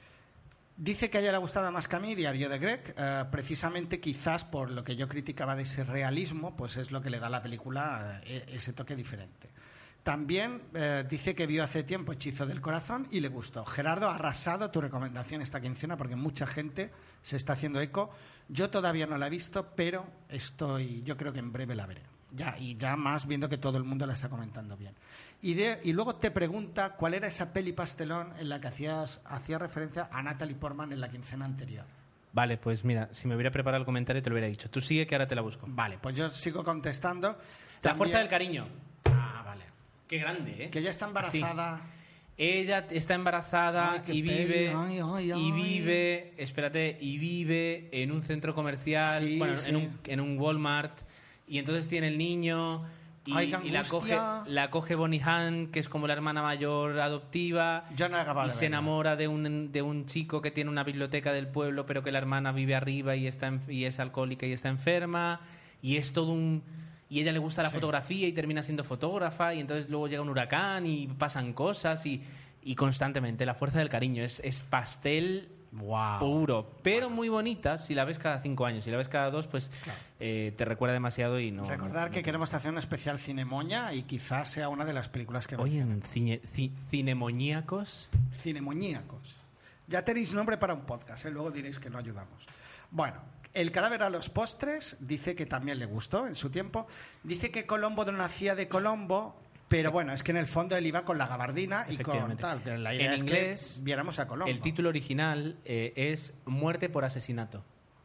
Dice que a ella le ha gustado más que a mí Diario de Greg, eh, precisamente quizás por lo que yo criticaba de ese realismo, pues es lo que le da a la película eh, ese toque diferente. También eh, dice que vio hace tiempo Hechizo del Corazón y le gustó. Gerardo, ha arrasado tu recomendación esta quincena porque mucha gente se está haciendo eco. Yo todavía no la he visto, pero estoy, yo creo que en breve la veré. Ya, y ya más viendo que todo el mundo la está comentando bien. Y, de, y luego te pregunta cuál era esa peli pastelón en la que hacías, hacías referencia a Natalie Portman en la quincena anterior. Vale, pues mira, si me hubiera preparado el comentario te lo hubiera dicho. Tú sigue que ahora te la busco. Vale, pues yo sigo contestando. La También... fuerza del cariño. Ah, vale. Qué grande, ¿eh? Que ella está embarazada. Así. Ella está embarazada ay, y vive ay, ay, ay. y vive, espérate, y vive en un centro comercial, sí, bueno, sí. en un en un Walmart, y entonces tiene el niño y, ay, y la coge la coge Bonnie Hunt, que es como la hermana mayor adoptiva. Yo no he acabado y de se verla. enamora de un de un chico que tiene una biblioteca del pueblo, pero que la hermana vive arriba y está en, y es alcohólica y está enferma, y es todo un y ella le gusta la sí. fotografía y termina siendo fotógrafa, y entonces luego llega un huracán y pasan cosas y, y constantemente la fuerza del cariño es, es pastel wow. puro, pero wow. muy bonita si la ves cada cinco años. Si la ves cada dos, pues claro. eh, te recuerda demasiado y no... Recordar no, que no queremos hacer un especial Cinemoña y quizás sea una de las películas que... Oye, en cine, ci, cinemoñíacos... Cinemoñíacos. Ya tenéis nombre para un podcast, ¿eh? Luego diréis que no ayudamos. Bueno... El cadáver a los postres dice que también le gustó en su tiempo. Dice que Colombo no nacía de Colombo, pero bueno, es que en el fondo él iba con la gabardina y con tal. Que la idea en es inglés, que viéramos a Colombo. El título original eh, es Muerte por asesinato,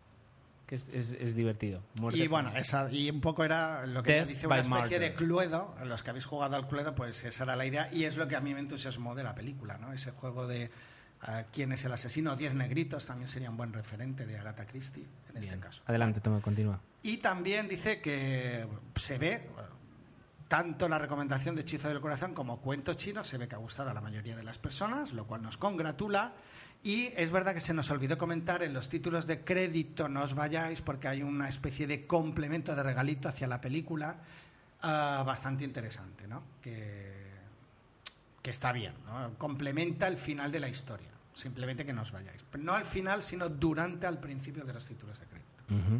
que es, es, es divertido. Muerte y bueno, esa, y un poco era lo que dice una especie murder. de Cluedo. Los que habéis jugado al Cluedo, pues esa era la idea y es lo que a mí me entusiasmó de la película, ¿no? Ese juego de... Uh, quién es el asesino, Diez negritos también sería un buen referente de Agatha Christie en Bien. Este caso. Adelante, toma, continúa. Y también dice que se ve bueno, tanto la recomendación de Hechizo del Corazón como Cuento Chino, se ve que ha gustado a la mayoría de las personas, lo cual nos congratula. Y es verdad que se nos olvidó comentar en los títulos de crédito, no os vayáis porque hay una especie de complemento de regalito hacia la película uh, bastante interesante, ¿no? Que que está bien, ¿no? Complementa el final de la historia. Simplemente que no os vayáis. No al final, sino durante, al principio de los títulos de crédito. Uh-huh.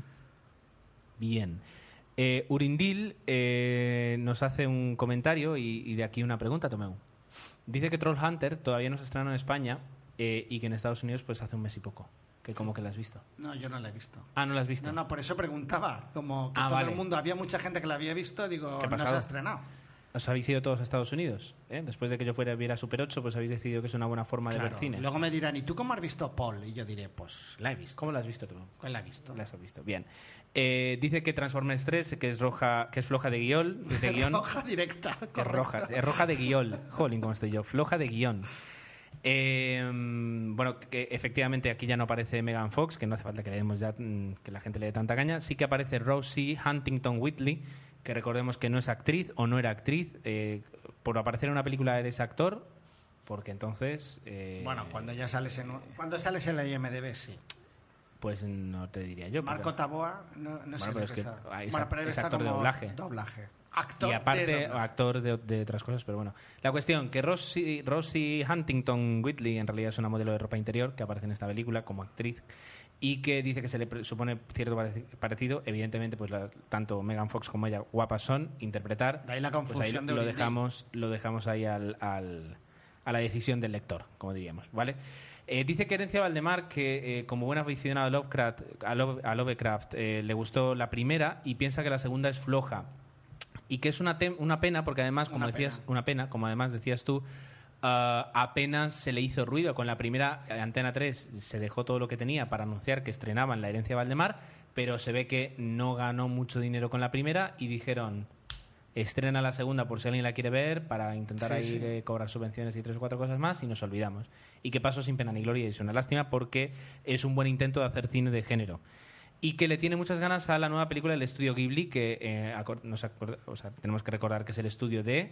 Bien. Eh, Urindil eh, nos hace un comentario y, y de aquí una pregunta, Tomeu. Dice que Trollhunter todavía no se estrenó en España eh, y que en Estados Unidos pues hace un mes y poco. Que como que la has visto. No, yo no la he visto. Ah, ¿no la has visto? No, no, por eso preguntaba. Como que ah, todo vale. el mundo, había mucha gente que la había visto, digo, no se ha estrenado. ¿Os habéis ido todos a Estados Unidos? ¿Eh? Después de que yo fuera a viera Super ocho, pues habéis decidido que es una buena forma claro. de ver cine. Luego me dirán, ¿y tú cómo has visto Paul? Y yo diré, pues la he visto. ¿Cómo la has visto tú? ¿Cuál la has visto? La has visto, bien. Eh, dice que Transformers tres, que es roja, que es floja de guión. De guión roja directa. Es roja, es roja de guión. Jolín, ¿cómo estoy yo? Floja de guión. Eh, bueno, que efectivamente aquí ya no aparece Megan Fox, que no hace falta que le demos ya que la gente le dé tanta caña. Sí que aparece Rosie Huntington Whiteley, que recordemos que no es actriz o no era actriz. Eh, por aparecer en una película eres actor, porque entonces... Eh, bueno, cuando ya sales en, cuando sales en la I M D B, sí. Pues no te diría yo. Marco porque... Taboa, no, no bueno, sé pero es que está. Es, bueno, pero él es está actor como de doblaje. doblaje. Actor y aparte, de doblaje. actor de, de otras cosas, pero bueno. La cuestión, que Rosie, Rosie Huntington Whiteley en realidad es una modelo de ropa interior que aparece en esta película como actriz y que dice que se le supone cierto parecido. Evidentemente, pues la, tanto Megan Fox como ella guapas son. Interpretar, de ahí la confusión pues ahí de lo dejamos, lo dejamos ahí al, al, a la decisión del lector, como diríamos, ¿vale? Eh, dice que Herencia Valdemar, que eh, como buen aficionado a Lovecraft, a, Love, a Lovecraft eh, le gustó la primera y piensa que la segunda es floja y que es una, te- una pena porque además, como una decías, pena. una pena, como además decías tú, Uh, apenas se le hizo ruido. Con la primera, Antena tres se dejó todo lo que tenía para anunciar que estrenaban La Herencia de Valdemar, pero se ve que no ganó mucho dinero con la primera y dijeron, estrena la segunda por si alguien la quiere ver, para intentar Sí, ahí sí. eh, cobrar subvenciones y tres o cuatro cosas más, y nos olvidamos. Y que pasó sin pena ni gloria, y es una lástima porque es un buen intento de hacer cine de género. Y que le tiene muchas ganas a la nueva película del estudio Ghibli, que eh, acor- nos acor- o sea, tenemos que recordar que es el estudio de...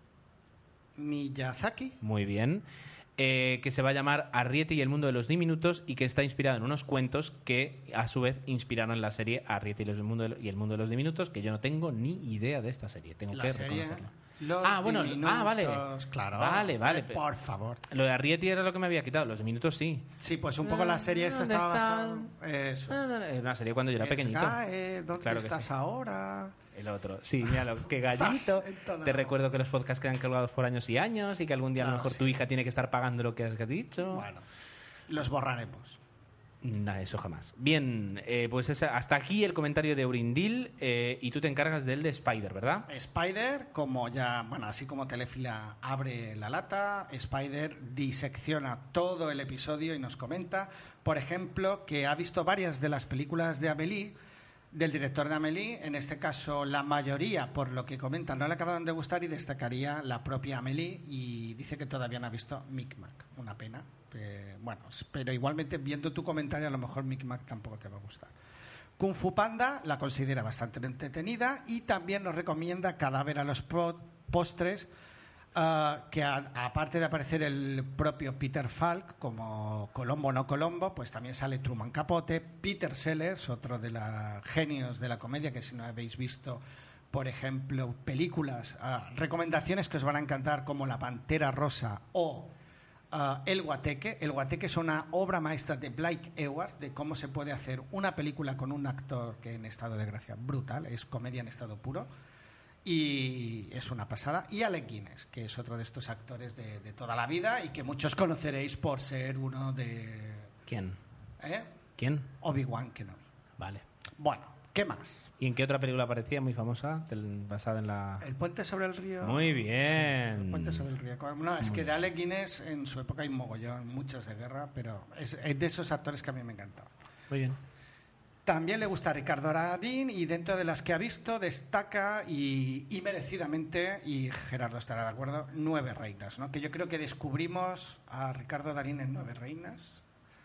Miyazaki. Muy bien. Eh, que se va a llamar Arrietty y el mundo de los diminutos y que está inspirado en unos cuentos que a su vez inspiraron la serie Arrietty y, los del mundo de lo- y el mundo de los diminutos, que yo no tengo ni idea de esta serie. Tengo La que serie reconocerlo. Los ah, bueno, Diminutos, ah, vale. claro. Vale, vale. Eh, por favor. Lo de Arrietty era lo que me había quitado, los diminutos sí. Sí, pues un poco la serie esta ¿Dónde estaba están? basada... Eso. Ah, no, no, era una serie cuando yo era Es pequeñito. Gae, ¿dónde Claro que estás sí. ahora? El otro. Sí, míralo, qué gallito. Te recuerdo que los podcasts quedan colgados por años y años y que algún día claro, a lo mejor sí. tu hija tiene que estar pagando lo que has dicho. Bueno, los borraremos. Nada, eso jamás. Bien, eh, pues esa, hasta aquí el comentario de Urindil eh, y tú te encargas del de Spider, ¿verdad? Spider, como ya, bueno, así como Telefila abre la lata, Spider disecciona todo el episodio y nos comenta, por ejemplo, que ha visto varias de las películas de Amélie, del director de Amélie, en este caso la mayoría, por lo que comentan, no le acaban de gustar y destacaría la propia Amélie y dice que todavía no ha visto Micmac, una pena. Eh, bueno, pero igualmente viendo tu comentario a lo mejor Micmac tampoco te va a gustar. Kung Fu Panda la considera bastante entretenida y también nos recomienda Cadáver a los postres, uh, que a, aparte de aparecer el propio Peter Falk como Colombo no Colombo, pues también sale Truman Capote, Peter Sellers, otro de los genios de la comedia, que si no habéis visto, por ejemplo, películas, uh, recomendaciones que os van a encantar como La Pantera Rosa o Uh, El Guateque. El Guateque es una obra maestra de Blake Edwards de cómo se puede hacer una película con un actor que en estado de gracia brutal, es comedia en estado puro y es una pasada. Y Alec Guinness, que es otro de estos actores de, de toda la vida y que muchos conoceréis por ser uno de... ¿Quién? ¿Eh? ¿Quién? Obi-Wan Kenobi. Vale. Bueno, ¿qué más? ¿Y en qué otra película aparecía muy famosa, basada en la...? El puente sobre el río. Muy bien. Sí, el puente sobre el río. No, es muy que de Alec Guinness en su época hay mogollón, muchas de guerra, pero es, es de esos actores que a mí me encantaban. Muy bien. También le gusta a Ricardo Aradín y dentro de las que ha visto destaca y, y merecidamente, y Gerardo estará de acuerdo, Nueve Reinas, ¿no? Que yo creo que descubrimos a Ricardo Darín en Nueve Reinas.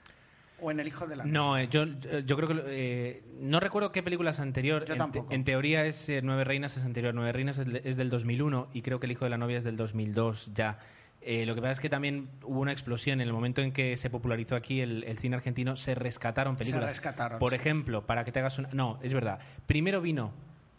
¿O en El hijo de la novia? No, eh, yo, yo creo que... Eh, no recuerdo qué película es anterior. Yo en, tampoco. Te, en teoría es eh, Nueve Reinas es anterior. Nueve Reinas es, es del dos mil uno y creo que El hijo de la novia es del dos mil dos ya. Eh, lo que pasa es que también hubo una explosión. En el momento en que se popularizó aquí el, el cine argentino, se rescataron películas. Se rescataron. Por sí. ejemplo, para que te hagas una... No, es verdad. Primero vino...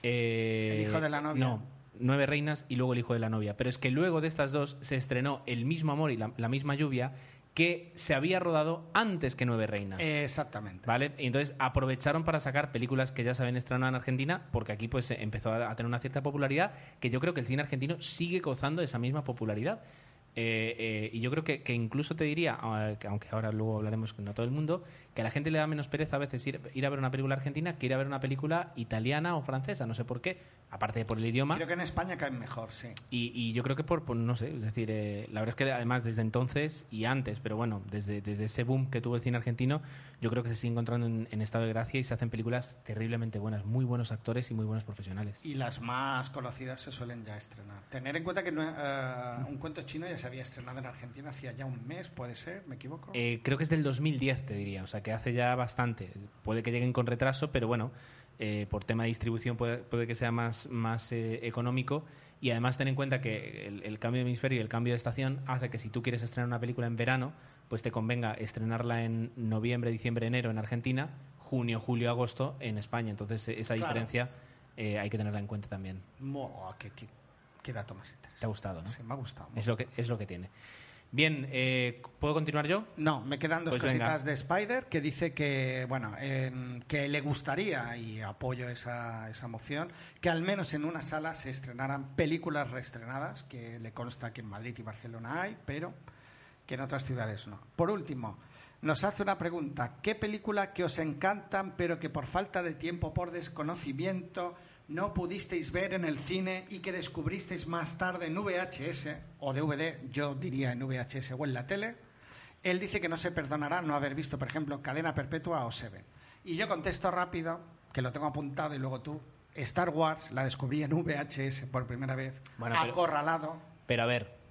Eh, El hijo de la novia. No, Nueve Reinas y luego El hijo de la novia. Pero es que luego de estas dos se estrenó El mismo amor y la, la misma lluvia, que se había rodado antes que Nueve Reinas. Exactamente. ¿Vale? Y entonces aprovecharon para sacar películas que ya se habían estrenado en Argentina, porque aquí pues empezó a tener una cierta popularidad, que yo creo que el cine argentino sigue gozando de esa misma popularidad. Eh, eh, y yo creo que, que incluso te diría, que aunque ahora luego hablaremos con no todo el mundo, que a la gente le da menos pereza a veces ir, ir a ver una película argentina que ir a ver una película italiana o francesa, no sé por qué, aparte de por el idioma. Creo que en España caen mejor, sí. Y, y yo creo que por, por no sé, es decir, eh, la verdad es que además desde entonces y antes, pero bueno, desde, desde ese boom que tuvo el cine argentino, yo creo que se sigue encontrando en, en estado de gracia y se hacen películas terriblemente buenas, muy buenos actores y muy buenos profesionales. Y las más conocidas se suelen ya estrenar. Tener en cuenta que no, uh, Un cuento chino ya se había estrenado en Argentina hacía ya un mes, ¿puede ser? ¿Me equivoco? Eh, creo que es del dos mil diez, te diría, o sea que hace ya bastante. Puede que lleguen con retraso, pero bueno, eh, por tema de distribución puede, puede que sea más, más eh, económico. Y además ten en cuenta que el, el cambio de hemisferio y el cambio de estación hace que si tú quieres estrenar una película en verano, pues te convenga estrenarla en noviembre, diciembre, enero en Argentina, junio, julio, agosto en España. Entonces esa claro. diferencia eh, hay que tenerla en cuenta también. Oh, qué, qué, qué dato más interesante. ¿Te ha gustado, no? Sí, me ha gustado. Me es, gustado. Lo que, es lo que tiene. Bien, eh, ¿puedo continuar yo? No, me quedan dos pues cositas venga. de Spider, que dice que, bueno, eh, que le gustaría, y apoyo esa, esa moción, que al menos en una sala se estrenaran películas reestrenadas, que le consta que en Madrid y Barcelona hay, pero que en otras ciudades no. Por último, nos hace una pregunta: ¿qué película que os encantan, pero que por falta de tiempo, por desconocimiento, no pudisteis ver en el cine y que descubristeis más tarde en V H S o D V D, yo diría en V H S o en la tele? Él dice que no se perdonará no haber visto, por ejemplo, Cadena Perpetua o Seven. Y yo contesto rápido, que lo tengo apuntado y luego tú. Star Wars la descubrí en V H S por primera vez, bueno, pero, acorralado. Pero a ver...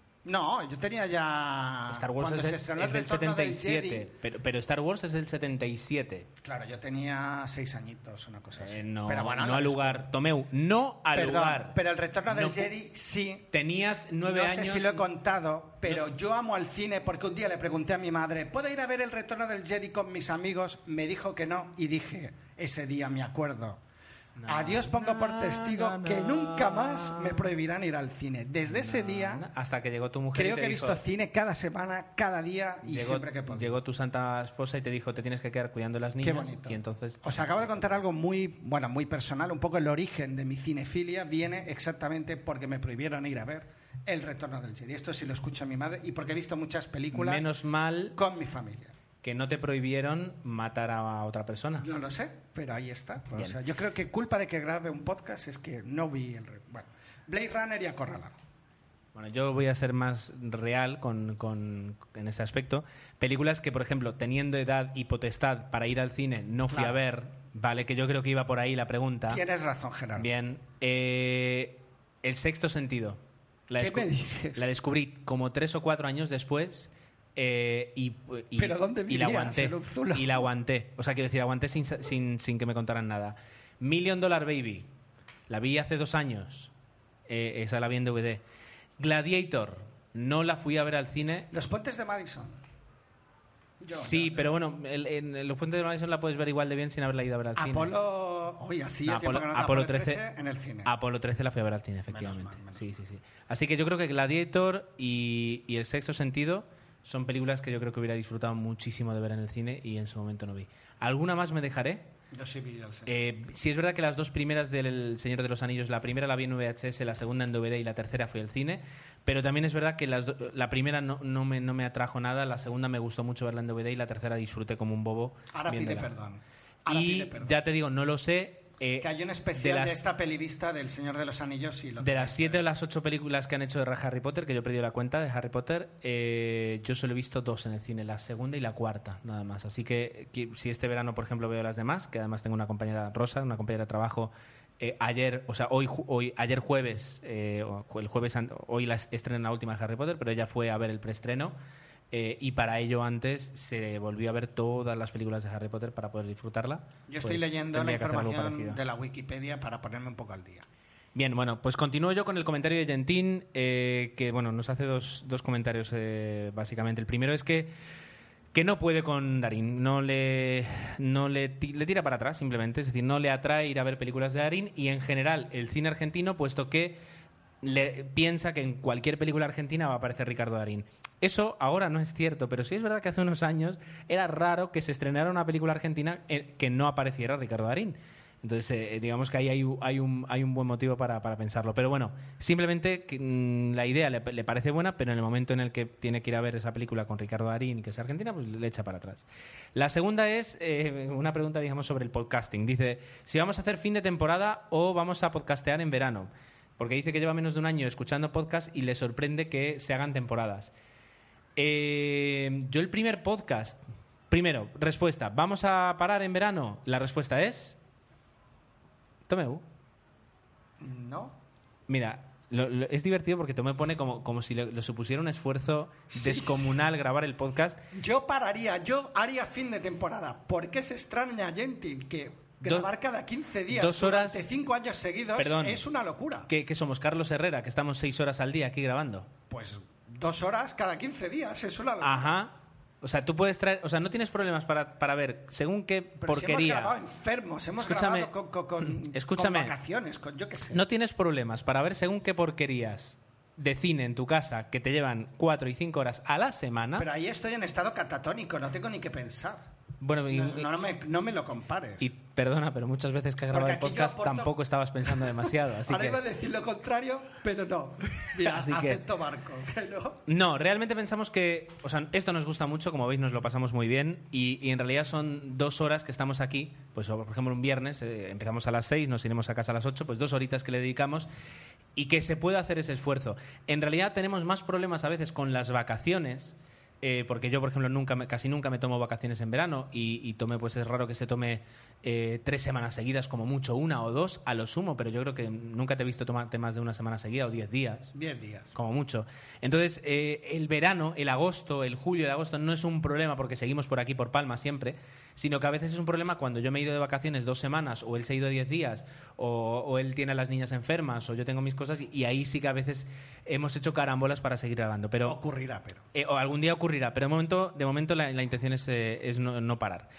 No, yo tenía ya... Star Wars es, se estrenó es del setenta y siete, del pero, pero Star Wars es del setenta y siete. Claro, yo tenía seis añitos, una cosa así. Eh, no, pero bueno, no al lugar. Tomeu, no al Perdón, lugar. Pero el retorno del no, Jedi sí. Tenías nueve no años... No sé si lo he contado, pero no. yo amo al cine porque un día le pregunté a mi madre, ¿puedo ir a ver el retorno del Jedi con mis amigos? Me dijo que no y dije, ese día me acuerdo, No, a Dios pongo por testigo no, no, que nunca más me prohibirán ir al cine. Desde no, ese día... Hasta que llegó tu mujer creo y te que he dijo, visto cine cada semana, cada día y llegó, siempre que puedo. Llegó tu santa esposa y te dijo, te tienes que quedar cuidando de las niñas. Qué bonito. Y entonces... Os acabo de contar algo muy, bueno, muy personal. Un poco el origen de mi cinefilia viene exactamente porque me prohibieron ir a ver El Retorno del Jedi. Esto sí lo escucha mi madre y porque he visto muchas películas Menos mal con mi familia. Que no te prohibieron matar a otra persona. No lo sé, pero ahí está. O sea, yo creo que culpa de que grabe un podcast es que no vi el... Bueno, Blade Runner y Acorralado. Bueno, yo voy a ser más real con, con, en este aspecto. Películas que, por ejemplo, teniendo edad y potestad para ir al cine, no fui claro. a ver. Vale, que yo creo que iba por ahí la pregunta. Tienes razón, Gerardo. Bien. Eh, el Sexto Sentido. La ¿Qué me dices? La descubrí como tres o cuatro años después... Eh, y, y, ¿Pero dónde vivías? Y la aguanté. ¿En un zulo? Y la aguanté. O sea, quiero decir, aguanté sin, sin, sin que me contaran nada. Million Dollar Baby. La vi hace dos años. Eh, esa la vi en D V D. Gladiator. No la fui a ver al cine. Los Puentes de Madison. Yo, sí, yo, pero bueno, el, en, en Los Puentes de Madison la puedes ver igual de bien sin haberla ido a ver al cine. Apolo... Hoy hacía no, tiempo Apolo, que no Apolo, Apolo trece, trece en el cine. Apolo trece la fui a ver al cine, efectivamente. Menos mal, menos sí, sí, sí. Así que yo creo que Gladiator y, y El Sexto Sentido... son películas que yo creo que hubiera disfrutado muchísimo de ver en el cine y en su momento no vi. ¿Alguna más me dejaré? Yo sí vi el eh, sí, es verdad que las dos primeras del Señor de los Anillos, la primera la vi en V H S, la segunda en D V D y la tercera fui al cine, pero también es verdad que las do, la primera no, no, me, no me atrajo nada, la segunda me gustó mucho verla en D V D y la tercera disfruté como un bobo. Ahora pide perdón. Ahora y pide perdón. Ya te digo, no lo sé. Eh, que hay un especial de, de, las, de esta pelivista del Señor de los Anillos y lo de las siete o las ocho películas que han hecho de Harry Potter, que yo he perdido la cuenta de Harry Potter, eh, yo solo he visto dos en el cine, la segunda y la cuarta, nada más. Así que, que si este verano, por ejemplo, veo las demás, que además tengo una compañera Rosa, una compañera de trabajo, eh, ayer, o sea, hoy, hoy ayer jueves, eh, el jueves, hoy la estrena la última de Harry Potter, pero ella fue a ver el preestreno. Eh, y para ello antes se volvió a ver todas las películas de Harry Potter para poder disfrutarla. Yo estoy pues, leyendo la información de la Wikipedia para ponerme un poco al día. Bien, bueno, pues continúo yo con el comentario de Gentín, eh, que bueno, nos hace dos, dos comentarios eh, básicamente. El primero es que que no puede con Darín, no le no le, le tira para atrás simplemente, es decir, no le atrae ir a ver películas de Darín y en general el cine argentino, puesto que le piensa que en cualquier película argentina va a aparecer Ricardo Darín. Eso ahora no es cierto, pero sí es verdad que hace unos años era raro que se estrenara una película argentina que no apareciera Ricardo Darín. Entonces, eh, digamos que ahí hay, hay, un, hay un buen motivo para, para pensarlo. Pero bueno, simplemente que, mmm, la idea le, le parece buena, pero en el momento en el que tiene que ir a ver esa película con Ricardo Darín y que sea argentina, pues le echa para atrás. La segunda es eh, una pregunta, digamos, sobre el podcasting. Dice, si vamos a hacer fin de temporada o vamos a podcastear en verano. Porque dice que lleva menos de un año escuchando podcast y le sorprende que se hagan temporadas. Eh, yo el primer podcast... Primero, respuesta. ¿Vamos a parar en verano? La respuesta es... Tomeu. No. Mira, lo, lo, es divertido porque Tomeu pone como, como si le, le supusiera un esfuerzo sí. descomunal grabar el podcast. Yo pararía, yo haría fin de temporada. ¿Por qué se extraña a Gentil que... grabar cada quince días dos horas, durante cinco años seguidos? Perdón, es una locura. ¿Qué, ¿Qué somos? Carlos Herrera, que estamos seis horas al día aquí grabando. Pues dos horas cada quince días, es una locura. Ajá. O sea, tú puedes traer... O sea, no tienes problemas para, para ver según qué Pero porquería... Si hemos grabado enfermos, hemos escúchame, grabado con, con, escúchame, con vacaciones, con yo qué sé. No tienes problemas para ver según qué porquerías de cine en tu casa que te llevan cuatro y cinco horas a la semana... Pero ahí estoy en estado catatónico, no tengo ni que pensar. Bueno, y, no, no, no, me, no me lo compares. Y perdona, pero muchas veces que has grabado el podcast aporto... tampoco estabas pensando demasiado. Así Ahora que... iba a decir lo contrario, pero no. Mira, así acepto que... barco. ¿No? no, realmente pensamos que... O sea, esto nos gusta mucho, como veis nos lo pasamos muy bien y, y en realidad son dos horas que estamos aquí. Pues por ejemplo un viernes, eh, empezamos a las seis, nos iremos a casa a las ocho, pues dos horitas que le dedicamos y que se puede hacer ese esfuerzo. En realidad tenemos más problemas a veces con las vacaciones... Eh, porque yo, por ejemplo, nunca me, casi nunca me tomo vacaciones en verano y, y tome, pues es raro que se tome eh, tres semanas seguidas, como mucho una o dos, a lo sumo, pero yo creo que nunca te he visto tomarte más de una semana seguida o diez días. Diez días. Como mucho. Entonces, eh, el verano, el agosto, el julio, el agosto no es un problema porque seguimos por aquí, por Palma siempre, sino que a veces es un problema cuando yo me he ido de vacaciones dos semanas o él se ha ido diez días o, o él tiene a las niñas enfermas o yo tengo mis cosas y, y ahí sí que a veces hemos hecho carambolas para seguir grabando. Pero, ocurrirá, pero. Eh, o algún día ocurrirá, pero de momento, de momento la, la intención es, eh, es no, no parar.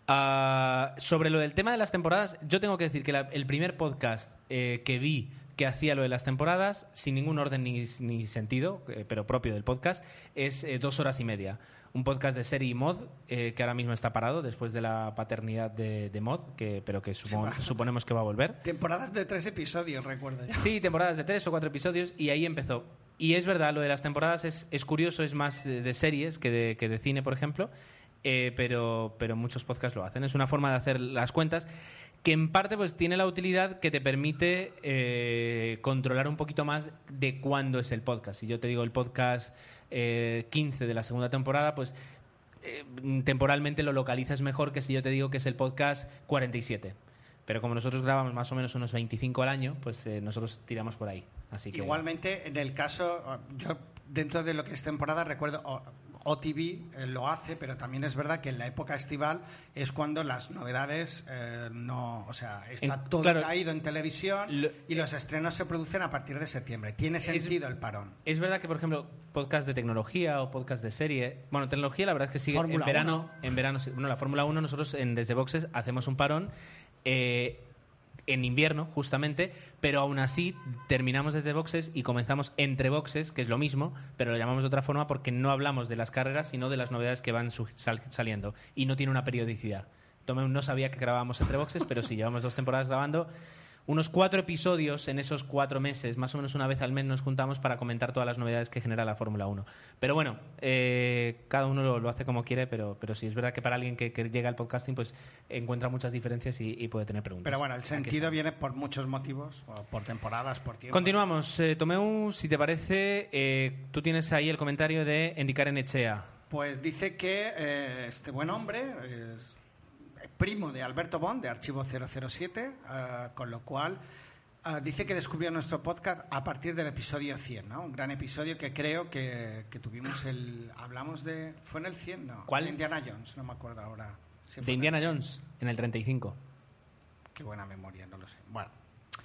Uh, sobre lo del tema de las temporadas, yo tengo que decir que la, el primer podcast eh, que vi que hacía lo de las temporadas, sin ningún orden ni, ni sentido, eh, pero propio del podcast, es eh, dos horas y media. Un podcast de serie y mod, eh, que ahora mismo está parado después de la paternidad de, de mod, que, pero que supo, suponemos que va a volver. Temporadas de tres episodios, recuerdo ya. Sí, temporadas de tres o cuatro episodios, y ahí empezó. Y es verdad, lo de las temporadas es, es curioso, es más de, de series que de, que de cine, por ejemplo, eh, pero, pero muchos podcasts lo hacen. Es una forma de hacer las cuentas que en parte pues tiene la utilidad que te permite eh, controlar un poquito más de cuándo es el podcast. Si yo te digo el podcast eh, quince de la segunda temporada, pues eh, temporalmente lo localizas mejor que si yo te digo que es el podcast cuarenta y siete. Pero como nosotros grabamos más o menos unos veinticinco al año, pues eh, nosotros tiramos por ahí. Así que... Igualmente, en el caso, yo dentro de lo que es temporada recuerdo... O, O T V eh, lo hace, pero también es verdad que en la época estival es cuando las novedades eh, no, o sea, está en, todo claro, caído en televisión lo, y los estrenos se producen a partir de septiembre. Tiene sentido es, el parón. Es verdad que, por ejemplo, podcast de tecnología o podcast de serie, bueno, tecnología la verdad es que sigue Fórmula en verano, uno. en verano, bueno, la Fórmula uno nosotros en Desde Boxes hacemos un parón eh, en invierno, justamente, pero aún así terminamos Desde Boxes y comenzamos Entre Boxes, que es lo mismo, pero lo llamamos de otra forma porque no hablamos de las carreras, sino de las novedades que van sal- saliendo. Y no tiene una periodicidad. Tomeu no sabía que grabábamos Entre Boxes, pero sí, llevamos dos temporadas grabando. Unos cuatro episodios en esos cuatro meses, más o menos una vez al mes nos juntamos para comentar todas las novedades que genera la Fórmula uno. Pero bueno, eh, cada uno lo, lo hace como quiere, pero, pero sí, es verdad que para alguien que, que llega al podcasting pues encuentra muchas diferencias y, y puede tener preguntas. Pero bueno, el sentido viene por muchos motivos, por temporadas, por tiempo. Continuamos. Eh, Tomeu, si te parece, eh, tú tienes ahí el comentario de Endicaren Echea. Pues dice que eh, este buen hombre... es primo de Alberto Bond, de Archivo cero cero siete, uh, con lo cual uh, dice que descubrió nuestro podcast a partir del episodio cien, ¿no? Un gran episodio que creo que, que tuvimos el... Hablamos de... ¿Fue en el cien? No. ¿Cuál? De Indiana Jones, no me acuerdo ahora. Si ¿De Indiana Jones? En el treinta y cinco. Qué buena memoria, no lo sé. Bueno,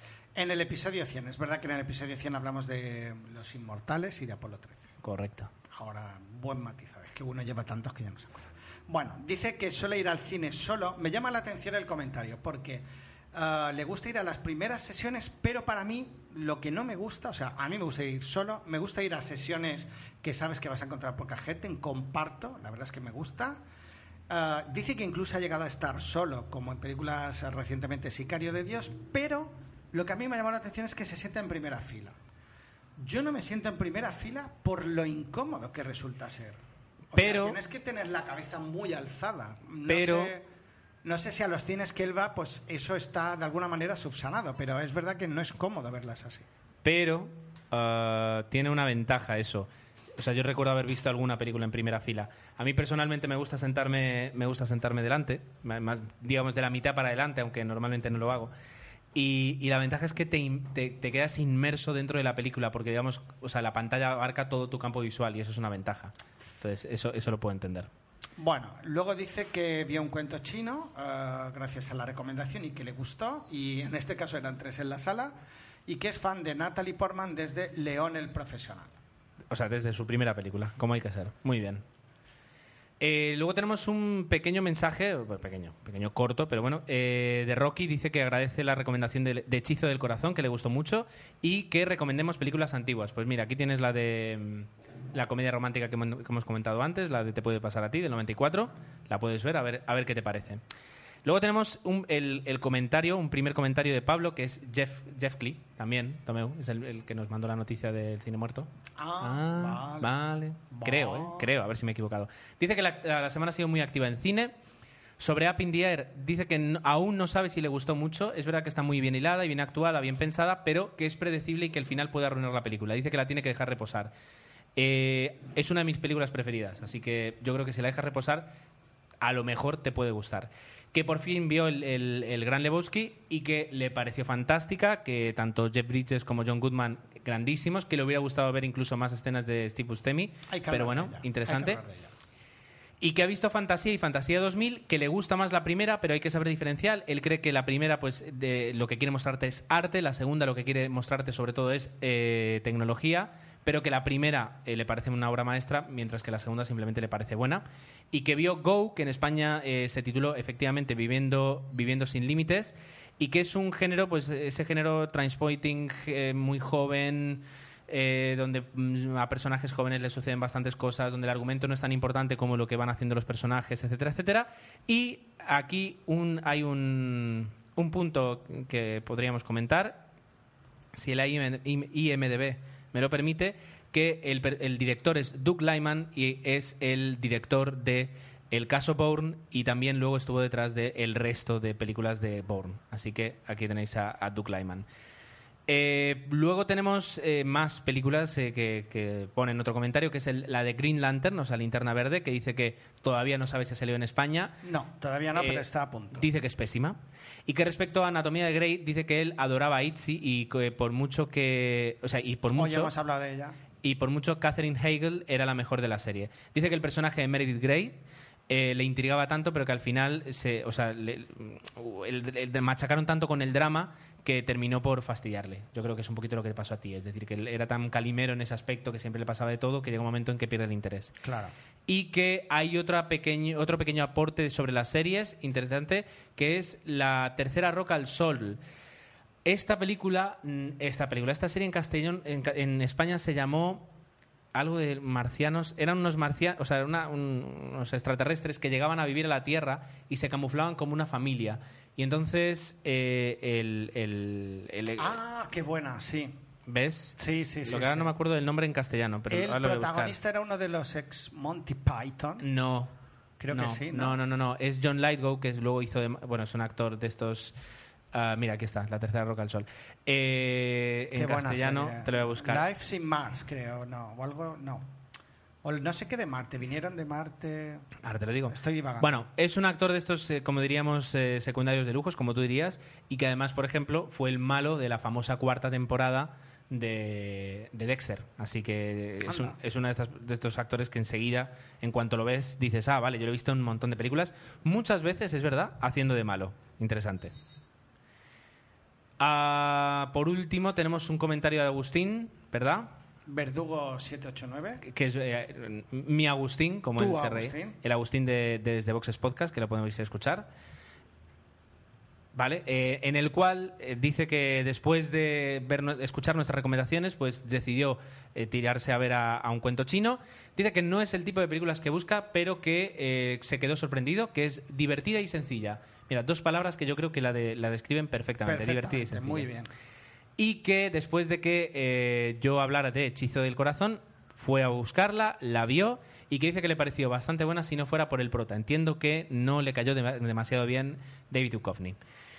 en el episodio cien. Es verdad que en el episodio cien hablamos de Los Inmortales y de Apolo trece. Correcto. Ahora, buen matiz. Es que uno lleva tantos que ya no se acuerda. Bueno, dice que suele ir al cine solo. Me llama la atención el comentario porque uh, le gusta ir a las primeras sesiones, pero para mí lo que no me gusta, o sea, a mí me gusta ir solo, me gusta ir a sesiones que sabes que vas a encontrar poca gente, en comparto, la verdad es que me gusta. Uh, dice que incluso ha llegado a estar solo, como en películas uh, recientemente Sicario de Dios, pero lo que a mí me ha llamado la atención es que se sienta en primera fila. Yo no me siento en primera fila por lo incómodo que resulta ser. O pero sea, tienes que tener la cabeza muy alzada. No pero sé, no sé si a los cines que él va, pues eso está de alguna manera subsanado, pero es verdad que no es cómodo verlas así. Pero uh, tiene una ventaja eso. O sea, yo recuerdo haber visto alguna película en primera fila. A mí personalmente me gusta sentarme, me gusta sentarme delante, más digamos de la mitad para adelante, aunque normalmente no lo hago. Y, y la ventaja es que te, te, te quedas inmerso dentro de la película porque, digamos, o sea, la pantalla abarca todo tu campo visual y eso es una ventaja. Entonces, eso, eso lo puedo entender. Bueno, luego dice que vio un cuento chino uh, gracias a la recomendación y que le gustó, y en este caso eran tres en la sala, y que es fan de Natalie Portman desde León el Profesional. O sea, desde su primera película, como hay que ser. Muy bien. Eh, luego tenemos un pequeño mensaje, bueno, pequeño, pequeño corto, pero bueno, eh, de Rocky. Dice que agradece la recomendación de, de Hechizo del Corazón, que le gustó mucho, y que recomendemos películas antiguas. Pues mira, aquí tienes la de la comedia romántica que hemos comentado antes, la de Te puede pasar a ti, del noventa y cuatro. La puedes ver, a ver, a ver qué te parece. Luego tenemos un, el, el comentario, un primer comentario de Pablo, que es Jeff, Jeff Clee, también, Tomeu, es el, el que nos mandó la noticia del cine muerto. Ah, ah vale. vale. Creo, ¿eh? Creo, a ver si me he equivocado. Dice que la, la semana ha sido muy activa en cine. Sobre Up in the Air, dice que no, aún no sabe si le gustó mucho. Es verdad que está muy bien hilada y bien actuada, bien pensada, pero que es predecible y que el final puede arruinar la película. Dice que la tiene que dejar reposar. Eh, es una de mis películas preferidas, así que yo creo que si la dejas reposar, a lo mejor te puede gustar. Que por fin vio el, el, el Gran Lebowski y que le pareció fantástica, que tanto Jeff Bridges como John Goodman, grandísimos, que le hubiera gustado ver incluso más escenas de Steve Buscemi, pero bueno, interesante. Y que ha visto Fantasía y Fantasía dos mil, que le gusta más la primera, pero hay que saber diferenciar. Él cree que la primera, pues, de, lo que quiere mostrarte es arte, la segunda lo que quiere mostrarte sobre todo es eh, tecnología, pero que la primera eh, le parece una obra maestra, mientras que la segunda simplemente le parece buena. Y que vio Go, que en España eh, se tituló efectivamente Viviendo, Viviendo sin límites, y que es un género, pues ese género transporting eh, muy joven, eh, donde mm, a personajes jóvenes les suceden bastantes cosas, donde el argumento no es tan importante como lo que van haciendo los personajes, etcétera, etcétera. Y aquí un, hay un, un punto que podríamos comentar, si el I M D B me lo permite, que el, el director es Doug Liman y es el director de El caso Bourne, y también luego estuvo detrás de el resto de películas de Bourne. Así que aquí tenéis a, a Doug Liman. Eh, luego tenemos eh, más películas eh, que, que ponen otro comentario, que es el, la de Green Lantern, o sea, Linterna Verde, que dice que todavía no sabe si ha salido en España. No, todavía no, eh, pero está a punto. Dice que es pésima. Y que respecto a Anatomía de Grey, dice que él adoraba a Itzy y que por mucho que... O sea, y por mucho... Hoy hemos hablado de ella. Y por mucho Catherine Hagel era la mejor de la serie. Dice que el personaje de Meredith Grey eh, le intrigaba tanto, pero que al final se, o sea, le, el, el, machacaron tanto con el drama que terminó por fastidiarle. Yo creo que es un poquito lo que te pasó a ti. Es decir, que él era tan calimero en ese aspecto que siempre le pasaba de todo, que llega un momento en que pierde el interés. Claro. Y que hay otra pequeño, otro pequeño aporte sobre las series interesante, que es La tercera roca al sol. Esta película, esta película, esta serie en castellón, en, en España se llamó algo de marcianos. Eran unos marcianos, o sea, una, un, unos extraterrestres que llegaban a vivir a la Tierra y se camuflaban como una familia. Y entonces eh, el, el, el... Ah, qué buena, sí. ¿Ves? Sí, sí, sí. Lo que ahora sí. no me acuerdo del nombre en castellano, pero el ahora lo voy a protagonista era uno de los ex Monty Python. No. Creo no, que sí, ¿no? No, no, no, no. Es John Lithgow, que luego hizo... De, bueno, es un actor de estos... Uh, mira, aquí está, La tercera roca al sol. Eh, en castellano, serie. Te lo voy a buscar. Life in Mars, creo, no. O algo, no. O no sé qué de Marte, vinieron de Marte... Ahora te lo digo. Estoy divagando. Bueno, es un actor de estos, eh, como diríamos, eh, secundarios de lujos, como tú dirías, y que además, por ejemplo, fue el malo de la famosa cuarta temporada de, de Dexter. Así que es, un, es uno de, estas, de estos actores que enseguida, en cuanto lo ves, dices, ah, vale, yo lo he visto en un montón de películas. Muchas veces, es verdad, haciendo de malo. Interesante. Uh, por último, tenemos un comentario de Agustín, ¿verdad? Verdugo siete ocho nueve. Que es eh, mi Agustín, como él se reí. El Agustín de, de Desde Boxes Podcast, que lo podemos escuchar. ¿Vale? Eh, en el cual eh, dice que después de ver, escuchar nuestras recomendaciones, pues decidió eh, tirarse a ver a, a un cuento chino. Dice que no es el tipo de películas que busca, pero que eh, se quedó sorprendido, que es divertida y sencilla. Mira, dos palabras que yo creo que la, de, la describen perfectamente, perfectamente, divertida y sencilla. Muy bien. Y que después de que eh, yo hablara de Hechizo del Corazón, fue a buscarla, la vio y que dice que le pareció bastante buena si no fuera por el prota. Entiendo que no le cayó de, demasiado bien David Duchovny.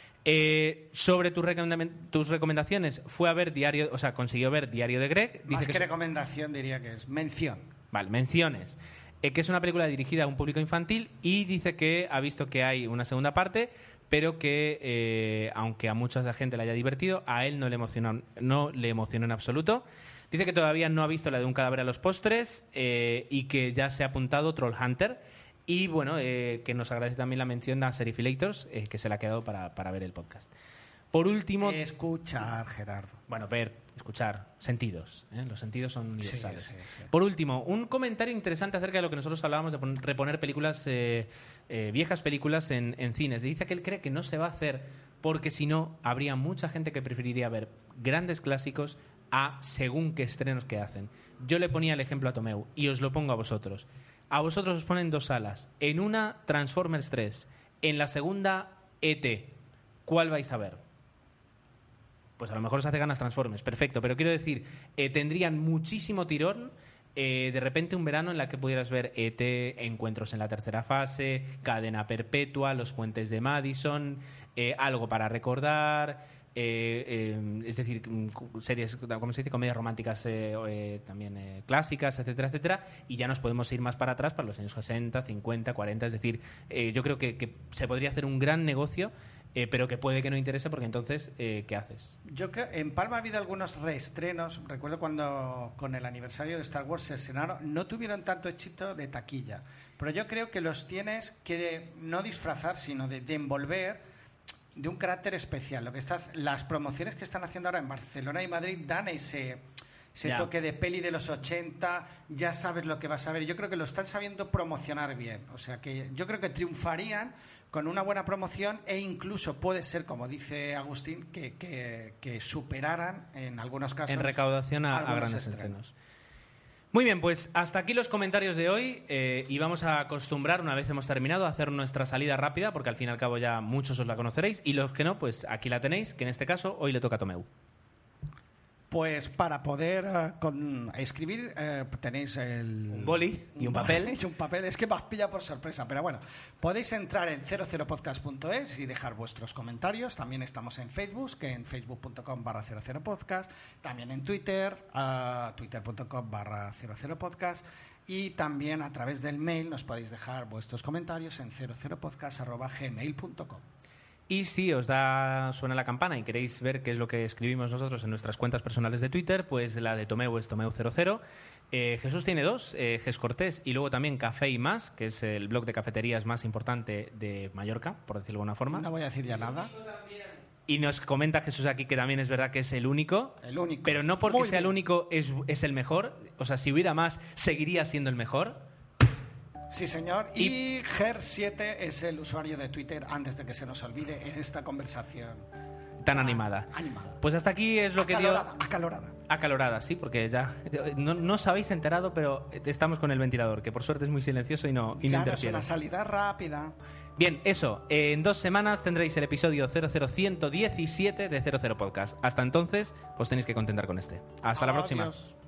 Eh, sobre tus, recomend tus recomendaciones, fue a ver Diario, o sea, consiguió ver Diario de Greg. Más Dice que, que recomendación diría que es mención. Vale, menciones. Eh, que es una película dirigida a un público infantil y dice que ha visto que hay una segunda parte, pero que eh, aunque a mucha gente le haya divertido, a él no le emocionó, no le emocionó en absoluto. Dice que todavía no ha visto la de Un cadáver a los postres eh, y que ya se ha apuntado Trollhunter. Y bueno, eh, que nos agradece también la mención a Serifilators, eh, que se le ha quedado para, para ver el podcast. Por último... Escuchar, Gerardo. Bueno, ver, escuchar, sentidos. ¿eh? Los sentidos son universales. Sí, sí, sí. Por último, un comentario interesante acerca de lo que nosotros hablábamos de poner, reponer películas, eh, eh, viejas películas en, en cines. Dice que él cree que no se va a hacer porque si no, habría mucha gente que preferiría ver grandes clásicos a según qué estrenos que hacen. Yo le ponía el ejemplo a Tomeu y os lo pongo a vosotros. A vosotros os ponen dos salas. En una, Transformers tres. En la segunda, E T. ¿Cuál vais a ver? Pues a lo mejor os hace ganas Transformers, perfecto, pero quiero decir, eh, tendrían muchísimo tirón eh, de repente un verano en la que pudieras ver E T, Encuentros en la tercera fase, Cadena Perpetua, Los puentes de Madison, eh, Algo para recordar, eh, eh, es decir, series, como se dice, comedias románticas eh, eh, también eh, clásicas, etcétera, etcétera, y ya nos podemos ir más para atrás, para los años sesenta, cincuenta, cuarenta, es decir, eh, yo creo que, que se podría hacer un gran negocio. Eh, pero que puede que no interese porque entonces, eh, ¿qué haces? Yo creo en Palma ha habido algunos reestrenos. Recuerdo cuando con el aniversario de Star Wars se estrenaron, no tuvieron tanto éxito de taquilla. Pero yo creo que los tienes que de, no disfrazar, sino de, de envolver de un carácter especial. Lo que está, las promociones que están haciendo ahora en Barcelona y Madrid dan ese, ese Ya. toque de peli de los ochenta, ya sabes lo que vas a ver. Yo creo que lo están sabiendo promocionar bien. O sea que yo creo que triunfarían con una buena promoción e incluso puede ser, como dice Agustín, que, que, que superaran en algunos casos En recaudación a, a algunos grandes estrenos. estrenos. Muy bien, pues hasta aquí los comentarios de hoy eh, y vamos a acostumbrar, una vez hemos terminado, a hacer nuestra salida rápida, porque al fin y al cabo ya muchos os la conoceréis, y los que no, pues aquí la tenéis, que en este caso hoy le toca a Tomeu. Pues para poder uh, con, escribir eh, tenéis el... Un boli y un papel. Y un papel, es que me has pillado por sorpresa, pero bueno, podéis entrar en cero cero podcast punto es y dejar vuestros comentarios. También estamos en Facebook, que en facebook punto com barra cero cero podcast, también en Twitter, uh, twitter punto com barra cero cero podcast, y también a través del mail nos podéis dejar vuestros comentarios en cero cero podcast arroba gmail punto com. Y si os da suena la campana y queréis ver qué es lo que escribimos nosotros en nuestras cuentas personales de Twitter, pues la de Tomeu es Tomeu cero cero. Eh, Jesús tiene dos, eh, Ges Cortés y luego también Café y Más, que es el blog de cafeterías más importante de Mallorca, por decirlo de alguna forma. No voy a decir ya nada. Y nos comenta Jesús aquí que también es verdad que es el único. El único. Pero no porque Muy sea el bien. único es, es el mejor. O sea, si hubiera más, seguiría siendo el mejor. Sí, señor. Y, y Ger siete es el usuario de Twitter, antes de que se nos olvide en esta conversación Tan ah, animada. animada. Pues hasta aquí es lo acalorada, que dio... Acalorada. Acalorada, sí, porque ya... No, no os habéis enterado, pero estamos con el ventilador, que por suerte es muy silencioso y no, y no ya no es interfiere. una salida rápida. Bien, eso. En dos semanas tendréis el episodio cero cero uno uno siete de cero cero Podcast. Hasta entonces, os tenéis que contentar con este. Hasta la próxima. Adiós.